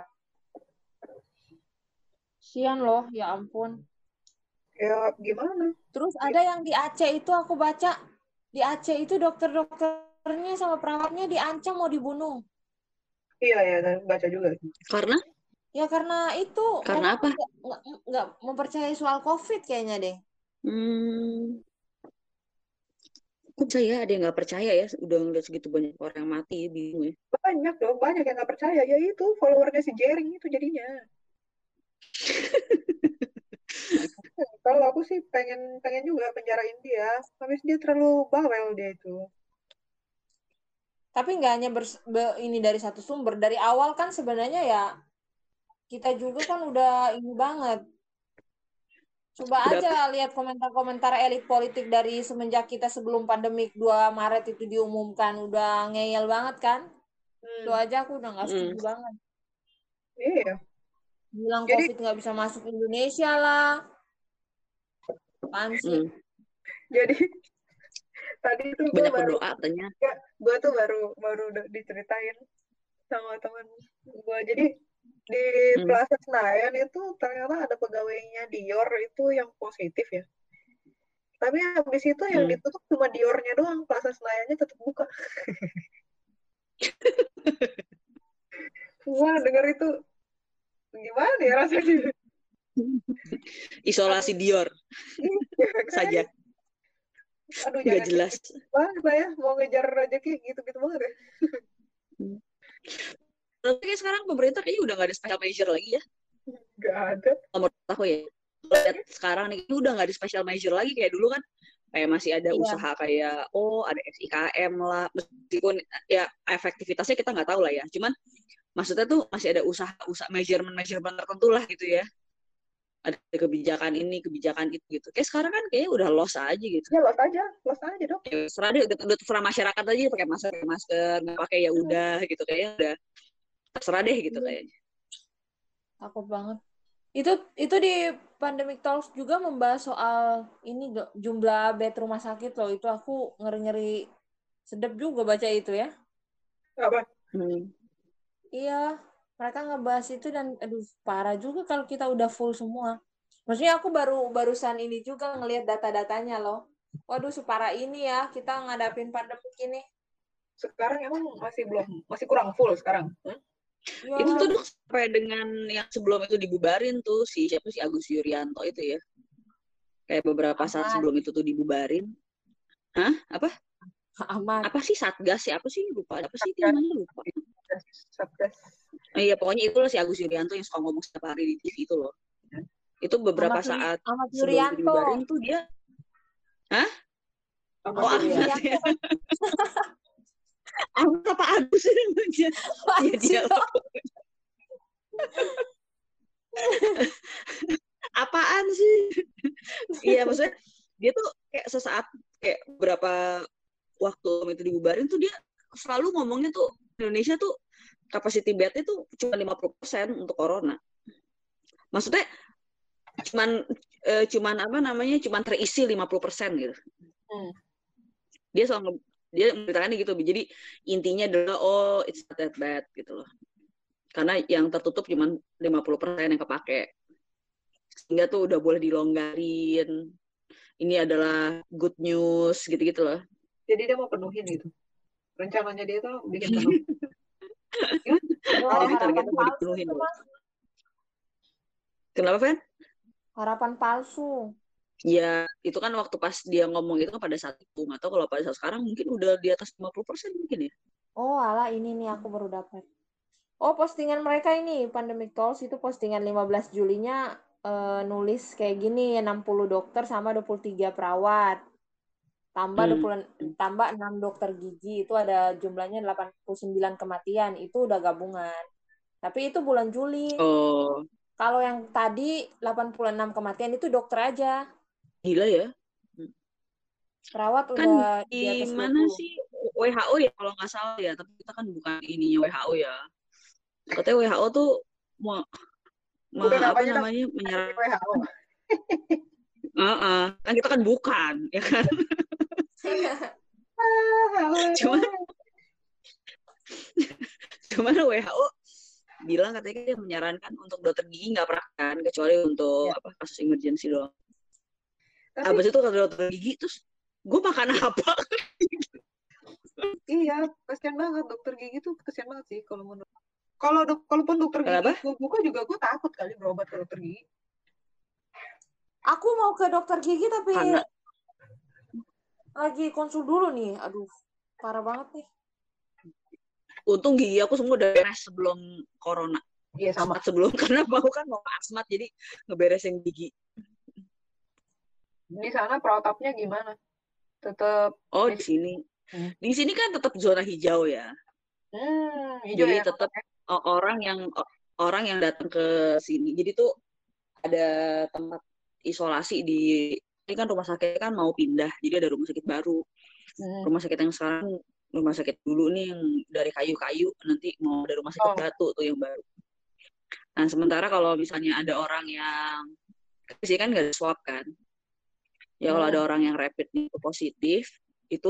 Sian loh, ya ampun. Ya gimana? Terus ada yang di Aceh itu aku baca. Di Aceh itu dokter-dokternya sama perawatnya diancam mau dibunuh. Iya ya, baca juga. Karena? Ya karena itu. Karena apa? Nggak, nggak, nggak mempercayai soal COVID kayaknya deh. Hmm. Kok saya ada yang nggak percaya ya, udah ngeliat segitu banyak orang yang mati, bingung ya. Banyak dong, banyak yang nggak percaya. Ya itu followernya si Jering itu jadinya. Kalau aku sih pengen pengen juga penjarain dia, habis dia terlalu bawel dia itu. Tapi nggak hanya bers, be, ini dari satu sumber. Dari awal kan sebenarnya ya kita juga kan udah ini banget. Coba Berapa? aja lihat komentar-komentar elit politik dari semenjak kita sebelum pandemik dua Maret itu diumumkan. Udah ngeyel banget kan? Hmm. Itu aja aku udah nggak setuju Hmm. banget. Iya. Bilang Jadi, COVID nggak bisa masuk Indonesia lah. Apaan sih? Hmm. Jadi tadi itu gue Banyak baru berdoa katanya. ya, gue tuh baru baru udah diceritain sama teman gue. Jadi di Hmm. Plaza Senayan itu ternyata ada pegawainya Dior itu yang positif ya. Tapi habis itu yang Hmm. ditutup cuma Diornya doang, Plaza Senayannya tetap buka. Wah, dengar itu gimana ya rasanya? Isolasi Dior Iya, kan? saja, Aduh, nggak jangan jelas. gitu banget lah ya, mau ngejar rezeki gitu-gitu banget ya. Tapi kayak sekarang pemerintah kayaknya udah nggak ada special measure lagi ya. Nggak ada. Menurut aku ya. Lihat sekarang nih udah nggak ada special measure lagi kayak dulu kan. Kayak masih ada Iya. usaha kayak oh ada S I K M lah, meskipun ya efektivitasnya kita nggak tahu lah ya. Cuman maksudnya tuh masih ada usaha-usaha measurement-measurement tertentu lah gitu ya. Ada kebijakan ini, kebijakan itu gitu. Kayak sekarang kan kayaknya udah loss aja gitu. Ya los aja, los aja dong. Ya, serah deh, udah, udah terserah masyarakat aja pakai masker, pakai masker, nggak pakai ya udah gitu kayaknya udah terserah deh gitu kayaknya. Takut banget. Itu itu di Pandemic Talks juga membahas soal ini do- jumlah bed rumah sakit loh. Itu aku ngeri-ngeri sedep juga baca itu ya. Apa? Hmm. Iya, mereka ngebahas itu dan aduh parah juga kalau kita udah full semua. Maksudnya aku baru barusan ini juga ngelihat data-datanya loh. Waduh, separah ini ya kita ngadapin pandemi ini. Sekarang emang masih belum, masih kurang full sekarang. Hmm? Ya, Itu tuh sampai dengan yang sebelum itu dibubarin tuh si siapa sih Agus Yuryanto itu ya. Kayak beberapa saat Ahmad. sebelum itu tuh dibubarin. Hah? Apa? Ahmad. Apa sih Satgas sih? Apa sih lupa? Apa sih dia namanya lupa? Satgas. Oh, iya pokoknya itu loh si Agus Yuryanto yang suka ngomong setiap hari di T V itu loh. Itu beberapa Ahmad Yuri- saat Ahmad sebelum itu Yuryanto. dibubarin tuh dia. Hah? Ahmad Oh Ahmad Yuryanto. ya. Ahmad apa Agus sih namanya? Iya dia loh. Apaan sih? Iya maksudnya dia tuh kayak sesaat kayak beberapa waktu itu dibubarin tuh dia selalu ngomongnya tuh Indonesia tuh capacity bednya tuh cuma lima puluh persen untuk corona. Maksudnya cuman eh, cuman apa namanya cuman terisi lima puluh persen gitu. Hmm. Dia selalu dia menceritakannya gitu. Jadi intinya adalah oh it's not that bad gitu loh. Karena yang tertutup cuma lima puluh persen yang kepake. Sehingga tuh udah boleh dilonggarin. Ini adalah good news gitu-gitu loh. Jadi dia mau penuhin gitu. Rencananya dia tuh bikin penuh. Ya, Aduh, Jadi harapan targetnya mau palsu dipenuhin itu loh. mah. Kenapa, Fen? Harapan palsu. Ya, itu kan waktu pas dia ngomong itu kan pada saat itu. Nggak tahu kalau pada saat sekarang mungkin udah di atas lima puluh persen mungkin ya. Oh, alah ini nih aku baru dapat. Oh, postingan mereka ini Pandemic Talks itu postingan lima belas Julinya eh, nulis kayak gini, enam puluh dokter sama dua puluh tiga perawat. Tambah Hmm. dua puluh tambah enam dokter gigi, itu ada jumlahnya delapan puluh sembilan kematian. Itu udah gabungan. Tapi itu bulan Juli. Oh, Kalau yang tadi delapan puluh enam kematian itu dokter aja. gila ya. Perawat Kan udah di di atas dua mana puluh. sih W H O ya kalau nggak salah ya, tapi kita kan bukan ininya W H O ya. Katanya W H O tuh mau ma, Bukan apa apanya dong? namanya menyerang. W H O. Uh-uh. Kan kita kan bukan, ya kan? Cuman, cuman W H O bilang katanya dia menyarankan untuk dokter gigi nggak praktek kecuali untuk Ya. apa kasus emergency doang. Tapi Abis itu kata dokter gigi terus gue makan apa? iya, kasihan banget dokter gigi tuh kasihan banget sih kalau menurut. Kalau dok, kalaupun dokter gigi Kenapa? gue buka juga gue takut kali berobat ke dokter gigi. Aku mau ke dokter gigi tapi Karena lagi konsul dulu nih. Aduh, parah banget nih. untung gigi aku semua udah beres sebelum corona. Iya sama. Asmat sebelum karena aku kan mau asmat jadi ngeberesin gigi. Di sana protapnya gimana? Tetap. Oh di sini, Hmm. di sini kan tetap zona hijau ya. Hmm, hijau Jadi ya. tetap orang yang orang yang datang ke sini. Jadi tuh ada tempat isolasi di ini kan rumah sakit kan mau pindah. Jadi ada rumah sakit baru. Hmm. Rumah sakit yang sekarang rumah sakit dulu nih yang dari kayu-kayu nanti mau ada rumah sakit Oh. batu tuh yang baru. Nah sementara kalau misalnya ada orang yang di sini kan nggak ada swab kan. Ya kalau Hmm. ada orang yang rapid positif itu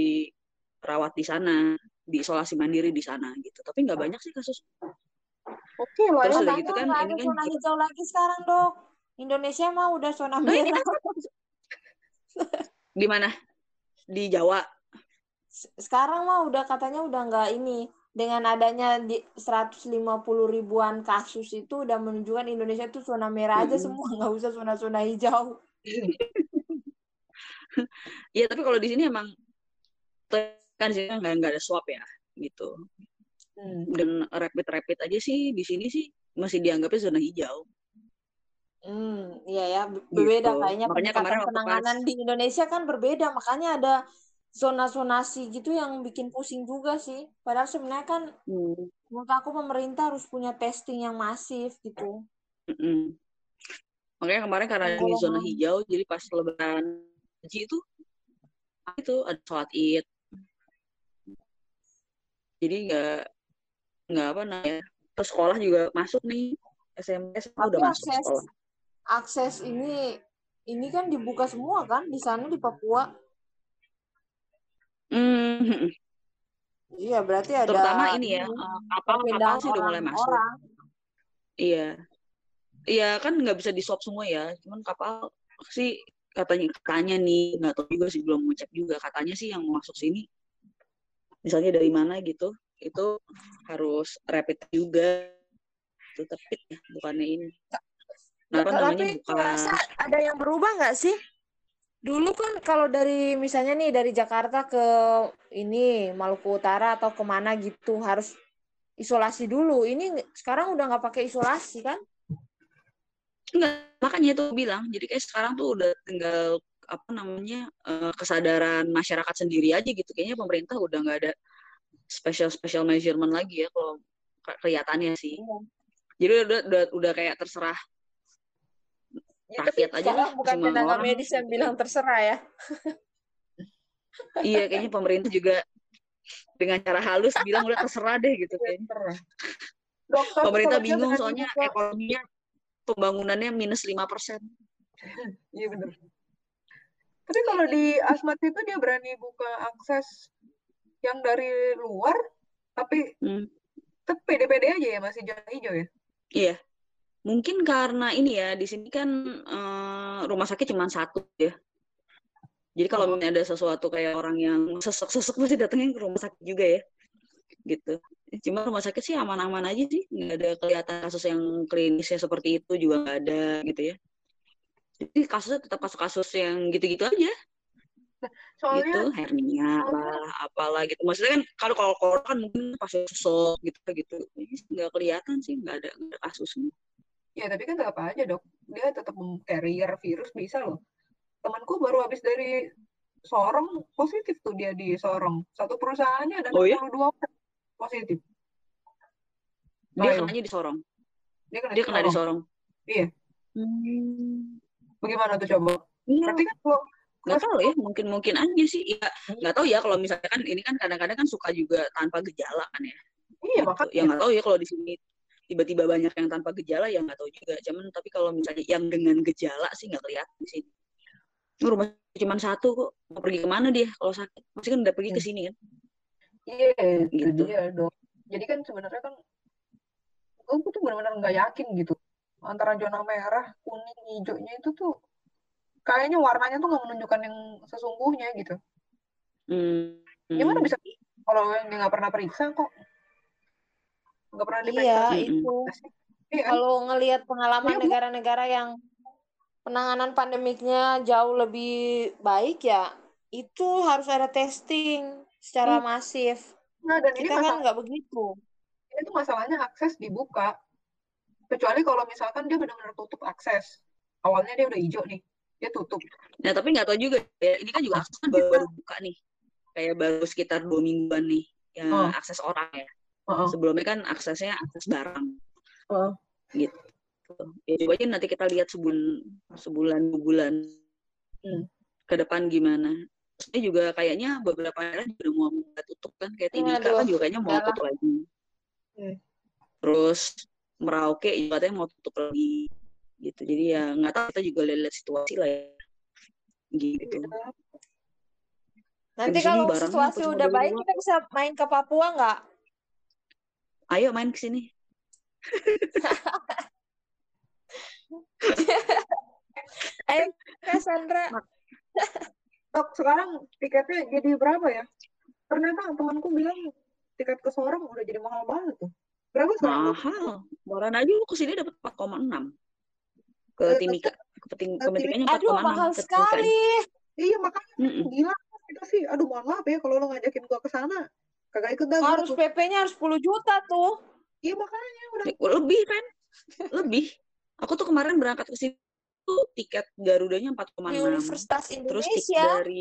dirawat di sana, diisolasi mandiri di sana gitu. Tapi nggak banyak sih kasus. Oke lah Terus ya. udah Katanya gitu kan nggak ini ada kan zona juga- hijau lagi sekarang, Dok. Indonesia mah udah zona Nah, ini merah. di mana? Di Jawa. S- Sekarang mah udah katanya udah nggak ini. Dengan adanya di seratus lima puluh ribuan kasus itu udah menunjukkan Indonesia itu zona merah aja Mm-mm. semua, nggak usah zona-zona hijau. Iya, tapi kalau di sini emang kan di sini nggak nggak ada swab ya gitu. Hmm. Dan rapid rapid aja sih di sini sih masih dianggapnya zona hijau. Hmm, iya ya, be- Gitu. berbeda kayaknya Makanya kemarin pendekatan waktu penanganan pas di Indonesia kan berbeda, makanya ada zona-zonasi gitu yang bikin pusing juga sih. Padahal sebenarnya kan hmm, menurut aku pemerintah harus punya testing yang masif gitu. mm-mm. Makanya kemarin karena Yang di zona golongan hijau jadi pas lebaran haji itu itu ada sholat id. Jadi nggak nggak apa namanya. Terus sekolah juga masuk nih. S M P S M A tapi udah masuk akses sekolah. akses ini ini kan dibuka semua kan di sana di Papua. Hmm, Iya, berarti ada terutama ini ya ini eh, kapal-kapal perpindahan sih udah mulai masuk. orang-orang. Iya, iya kan nggak bisa di swab semua ya. Cuman kapal sih katanya katanya nih nggak tahu juga sih belum ngecek juga katanya sih yang mau masuk sini misalnya dari mana gitu itu harus rapid juga itu tapi ya bukannya ini nah apa namanya Tapi bukan merasa ada yang berubah nggak sih? Dulu kan kalau dari misalnya nih dari Jakarta ke ini Maluku Utara atau kemana gitu harus isolasi dulu. Ini nggak- sekarang udah nggak pakai isolasi kan? enggak makanya itu bilang jadi kayak sekarang tuh udah tinggal apa namanya eh, kesadaran masyarakat sendiri aja gitu kayaknya pemerintah udah nggak ada special special measurement lagi ya kalau ke- kelihatannya sih Iya. jadi udah udah, udah kayak terserah Ya, tapi rakyat aja lah sekarang bukan masing tenaga orang medis yang bilang terserah ya. iya kayaknya pemerintah juga dengan cara halus bilang udah terserah deh gitu kayaknya Dokter pemerintah kalau dia bingung berani soalnya buka, ekonominya pembangunannya minus lima persen. iya bener. Tapi kalau di Asmat itu dia berani buka akses yang dari luar, tapi Hmm. tetap pede-pede aja ya masih zona hijau ya. Iya, mungkin karena ini ya di sini kan eh, rumah sakit cuma satu ya. Jadi kalau Oh, misalnya ada sesuatu kayak orang yang sesek-sesek pasti datengin ke rumah sakit juga ya, gitu. Cuma rumah sakit sih aman-aman aja sih, nggak ada kelihatan kasus yang klinisnya seperti itu juga nggak ada gitu ya. Jadi kasusnya tetap kasus-kasus yang gitu-gitu aja, gitu, soalnya hernia soalnya lah, apalah gitu. Maksudnya kan kalau kalau corona kan mungkin pas sesek gitu gitu, ini nggak kelihatan sih, nggak ada, nggak ada kasusnya. ya tapi kan tetap aja dok, dia tetap carrier virus bisa loh. Temanku baru habis dari Sorong positif tuh dia di Sorong. Satu perusahaannya ada Oh enam ya, puluh dua orang positif. dia Ayo, kenanya di Sorong. dia kena Dia di kena di Sorong. Sorong. Iya, Hmm. bagaimana tuh coba? Iya, Berarti kan kalau nggak kasus tahu ya, mungkin mungkin aja sih. Ya, nggak tahu ya kalau misalnya kan ini kan kadang-kadang kan suka juga tanpa gejala kan ya, iya gitu. Ya makanya nggak tahu ya kalau di sini tiba-tiba banyak yang tanpa gejala ya nggak tahu juga. Cuman tapi kalau misalnya yang dengan gejala sih nggak kelihatan di sini. Ini rumah cuma satu kok, mau pergi kemana dia kalau sakit? Pasti kan udah pergi ke sini kan, iya itu gitu. dia dok. Jadi kan sebenarnya kan aku tuh benar-benar nggak yakin gitu antara zona merah, kuning, hijaunya itu tuh kayaknya warnanya tuh nggak menunjukkan yang sesungguhnya gitu. Hmm. Gimana Hmm. bisa kalau yang nggak pernah periksa kok nggak pernah Iya, diperiksa itu. sih? Iya kan? Kalau ngelihat pengalaman Iya bu, negara-negara yang penanganan pandemiknya jauh lebih baik ya, itu harus ada testing secara iya. masif. Nah, dan ini Kita kan masalah nggak begitu. ini tuh masalahnya akses dibuka. Kecuali kalau misalkan dia benar-benar tutup akses. Awalnya dia udah hijau nih, dia tutup. Nah tapi nggak tahu juga ya. Ini kan juga akses kan baru, baru buka nih, kayak baru sekitar dua mingguan nih, ya Oh, akses orang ya. oh, Sebelumnya kan aksesnya akses barang, oh. gitu. Ya coba aja nanti kita lihat sebulan sebulan dua bulan Hmm. ke depan gimana. Terusnya juga kayaknya beberapa daerah juga udah mau mulai tutup kan, kayak Timika Aduh, kan juga kayaknya mau udahlah. tutup lagi. Hmm. Terus Merauke juga katanya mau tutup lagi, gitu. Jadi ya nggak tahu, kita juga lihat situasi lah ya, gitu. Iya. Nanti Di sini kalau barangnya apa situasi semua udah dari baik, luar. kita bisa main ke Papua nggak? Ayo main ke sini. Eh, Cassandra. Dok, sekarang tiketnya jadi berapa ya? Ternyata temanku bilang tiket ke Sorong udah jadi mahal banget tuh. Berapa sekarang, Dok? Mahal. Kemarin aja lu kesini dapat empat koma enam ke Eh, Timika. Ke Tim- eh, ke Timikanya empat Aduh, koma enam mahal ke T V N. sekali. Iya, makanya Mm-mm. gila. Kita sih, aduh mohon maaf ya kalau lo ngajakin gua ke sana. Kagak ikut dah gua Harus tuh. P P-nya harus sepuluh juta tuh. Iya, makanya udah. Lebih kan? Lebih. Aku tuh kemarin berangkat ke sini tuh tiket Garudanya empat koma Di enam. Universitas Terus tiket Indonesia. dari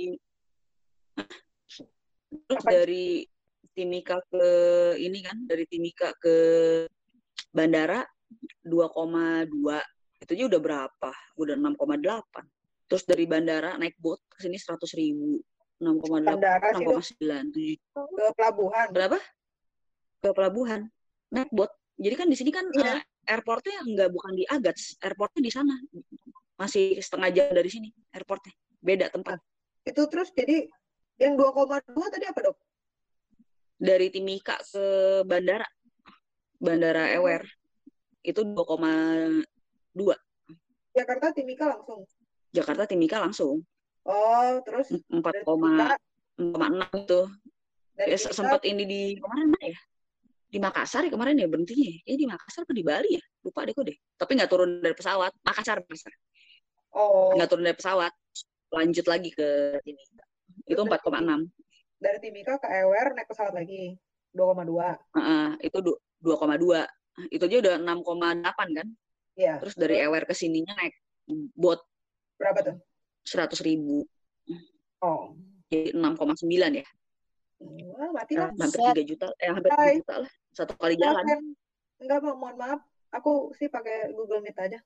terus Apa? dari Timika ke ini kan, dari Timika ke bandara dua koma dua. Itu aja udah berapa? Udah enam koma delapan. Terus dari bandara naik boat ke sini seratus ribu. enam koma delapan, Bandara enam sih, koma Dok. sembilan, tujuh. Ke pelabuhan. Berapa? Ke pelabuhan. Naik boat. Jadi kan di sini kan Iya. uh, airportnya nggak bukan di Agats, airportnya di sana. Masih setengah jam dari sini airportnya. Beda tempat. Itu terus jadi yang dua koma dua tadi apa, Dok? Dari Timika ke bandara. Bandara Ewer. Itu dua koma dua. Jakarta Timika langsung. Jakarta Timika langsung. Oh, terus empat dari koma Timika, enam itu. dari Ya, Timika, sempat ini di kemarin mana ya? Di Makassar ya kemarin ya berhentinya. Ya di Makassar atau di Bali ya? Lupa deh kok deh. Tapi nggak turun dari pesawat. Makassar, Makassar. oh, Nggak turun dari pesawat. Lanjut lagi ke ini. Itu terus dari empat koma enam. dari Timika ke Ewer naik pesawat lagi dua koma dua. Uh, itu dua koma dua. Itu aja udah enam koma delapan kan? Iya. Terus dari Terus Ewer ke sininya naik bot berapa tuh? seratus ribu. Oh, Jadi enam koma sembilan ya. wah, mati lah. Hampir Set. tiga juta. Eh hampir Hai. tiga juta lah. Satu kali Enggak, jalan. Fen. Enggak, Bang, mohon maaf. Aku sih pakai Google Meet aja.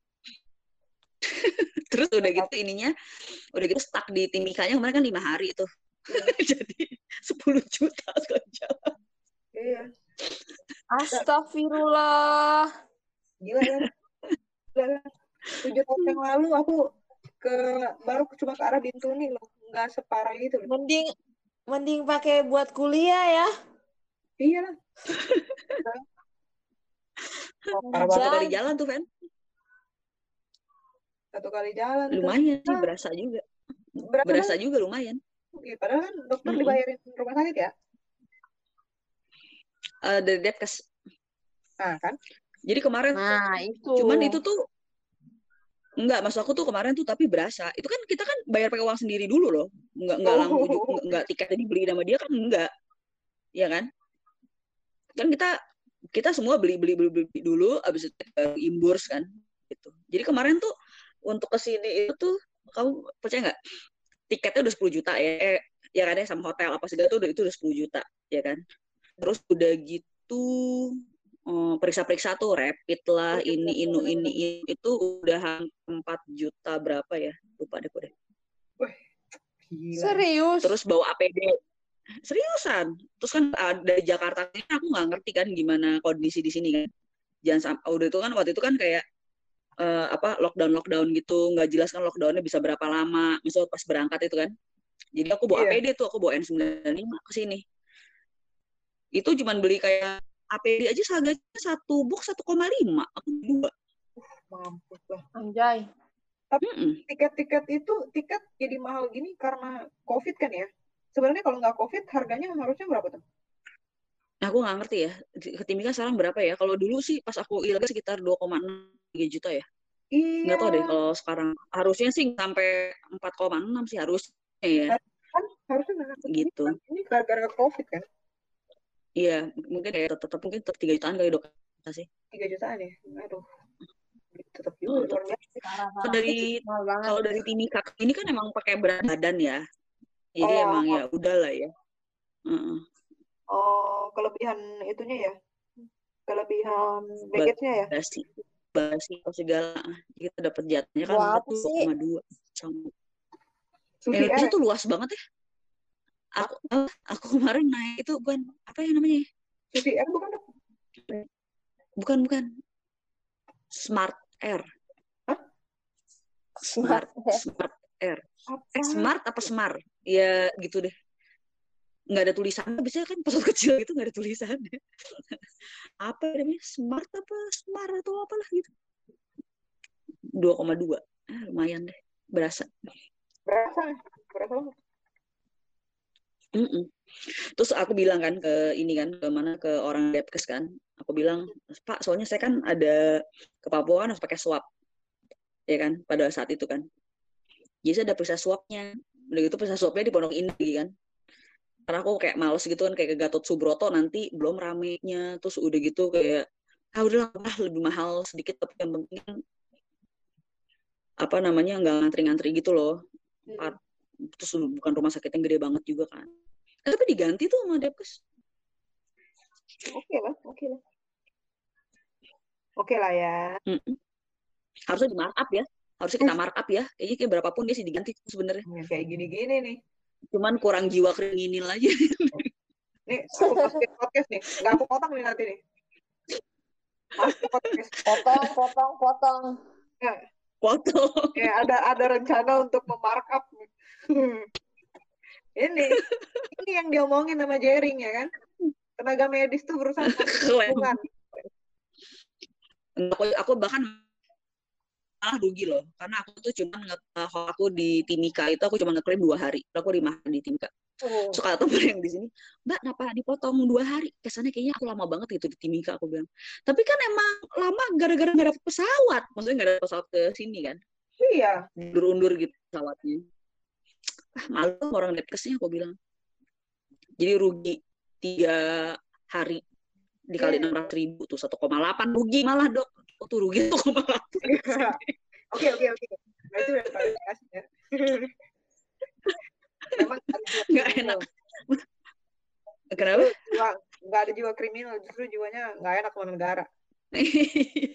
Terus udah gitu ininya, udah gitu stuck di Timikanya kemarin kan lima hari tuh. Jadi sepuluh juta sekali jalan. Iya. Astagfirullah. Gila kan? Gila kan? Tujuh tahun yang lalu aku ke baru cuma ke arah Bintuni loh. Nggak separah itu loh. Mending mending pakai buat kuliah ya. Iya lah. Oh, parah Satu banget. kali jalan tuh, Fen. Satu kali jalan tuh. Lumayan sih, Ah, berasa juga. berasa Berasa banget. juga lumayan. Iya, padahal kan dokter Mm-mm. dibayarin rumah sakit ya. Uh, dari Depkes. Nah kan? Jadi kemarin Nah, itu. cuman itu tuh enggak, maksud aku tuh kemarin tuh tapi berasa. Itu kan kita kan bayar pakai uang sendiri dulu loh. Enggak enggak langsung Oh. enggak, enggak tiketnya dibeli sama dia kan enggak. Iya kan? Kan kita kita semua beli beli beli, beli dulu habis itu baru imburs kan gitu. Jadi kemarin tuh untuk ke sini itu tuh kamu percaya nggak? Tiketnya udah sepuluh juta ya. Eh, ya kan ya sama hotel apa segala tuh udah itu udah sepuluh juta ya kan. Terus udah gitu oh, periksa-periksa tuh rapid lah ini ini ini, ini itu udah empat juta berapa ya? Lupa deh deh. Gila. Serius. Terus bawa A P D. Seriusan. Terus kan uh, dari Jakarta ini aku nggak ngerti kan gimana kondisi di sini kan. Jangan sampai udah itu kan waktu itu kan kayak uh, apa lockdown lockdown gitu, nggak jelas kan lockdownnya bisa berapa lama. Misal pas berangkat itu kan. Jadi aku bawa Iya. A P D tuh, aku bawa N sembilan lima ke sini. Itu cuman beli kayak A P D aja harganya satu box satu koma lima, aku dua. Mampus lah. Anjay. Tapi Mm-mm. tiket-tiket itu tiket jadi mahal gini karena COVID kan ya? Sebenarnya kalau nggak COVID harganya harusnya berapa tuh? Nah, aku nggak ngerti ya. Ke Timika sekarang berapa ya? Kalau dulu sih pas aku ilegal sekitar dua koma enam tiga juta ya. Iya. Nggak tahu deh kalau sekarang. Harusnya sih sampai empat koma enam sih harusnya ya. Kan harusnya nggak Gitu. Kan? Ini gara-gara COVID kan? Iya, mungkin ya tetap, tetap mungkin tetap tiga jutaan kali dok sih. tiga jutaan ya? Aduh. Tetap juga Oh, luar biasa. kalau dari kalau dari Timika ini kan emang pakai berat badan ya. Jadi Oh. emang ya udahlah ya. Uh-uh. Oh, kelebihan itunya ya? Kelebihan baggage-nya ya? Basi, basi segala. Kita dapat jatahnya kan Wah, apa dua sih? koma dua sama. Susi Indonesia Air. tuh luas banget ya. Aku uh, aku kemarin naik itu bukan apa ya namanya? Susi Air bukan? Bukan bukan. Smart Air. Hah? Smart Smart Air. Apa? Eh, smart apa smart? Ya gitu deh. nggak ada tulisannya, biasanya kan pesawat kecil gitu nggak ada tulisannya. Apa namanya, smart apa smart atau apalah gitu. dua koma dua, eh, lumayan deh, berasa. Berasa, berasa banget. Mm-mm. Terus aku bilang kan ke ini kan, ke mana, ke orang Depkes kan, aku bilang, Pak, soalnya saya kan ada ke Papua kan harus pakai swab, ya kan, pada saat itu kan. Jadi saya ada periksa swabnya, udah gitu periksa swabnya di Pondok Indah kan. Karena aku kayak males gitu kan, kayak ke Gatot Subroto nanti belum ramenya, terus udah gitu kayak, ah udahlah lebih mahal sedikit, tapi yang penting apa namanya nggak ngantri-ngantri gitu loh. Hmm. Terus bukan rumah sakit yang gede banget juga kan. Eh, tapi diganti tuh sama Depkes. Oke lah, oke lah. Oke lah ya. Mm-mm. Harusnya di markup ya. Harusnya kita markup ya. Kayaknya kayak berapapun dia sih diganti sebenarnya. Ya, kayak gini-gini nih. Cuman kurang jiwa kriminal aja. Nih, aku masukin podcast nih. Nggak aku potong nih nanti nih. Masuk podcast. Potong, potong, potong. Ya, Foto. ya ada ada rencana untuk memarkup. Ini, ini yang diomongin sama Jering ya kan. Tenaga medis tuh berusaha melakukan. Aku, aku bahkan malah rugi loh, karena aku tuh cuma nge- aku di Timika itu aku cuma ngeklaim dua hari, aku lima hari di Timika. Oh. So kata temen yang di sini, Mbak, kenapa dipotong dua hari? Kesannya kayaknya aku lama banget gitu di Timika, aku bilang. Tapi kan emang lama gara-gara nggak dapet pesawat, maksudnya nggak dapet pesawat ke sini kan? Iya. Undur-undur gitu pesawatnya. Ah, malu orang Depkesnya, aku bilang. Jadi rugi tiga hari dikali enam ratus ribu tuh satu koma delapan rugi malah dok. Oh tuh rugi satu koma delapan. Oke oke oke. Nah itu udah paling kasih ya. Memang nggak enak. Kenapa? Nggak ada jiwa kriminal, justru jiwanya nggak enak sama negara.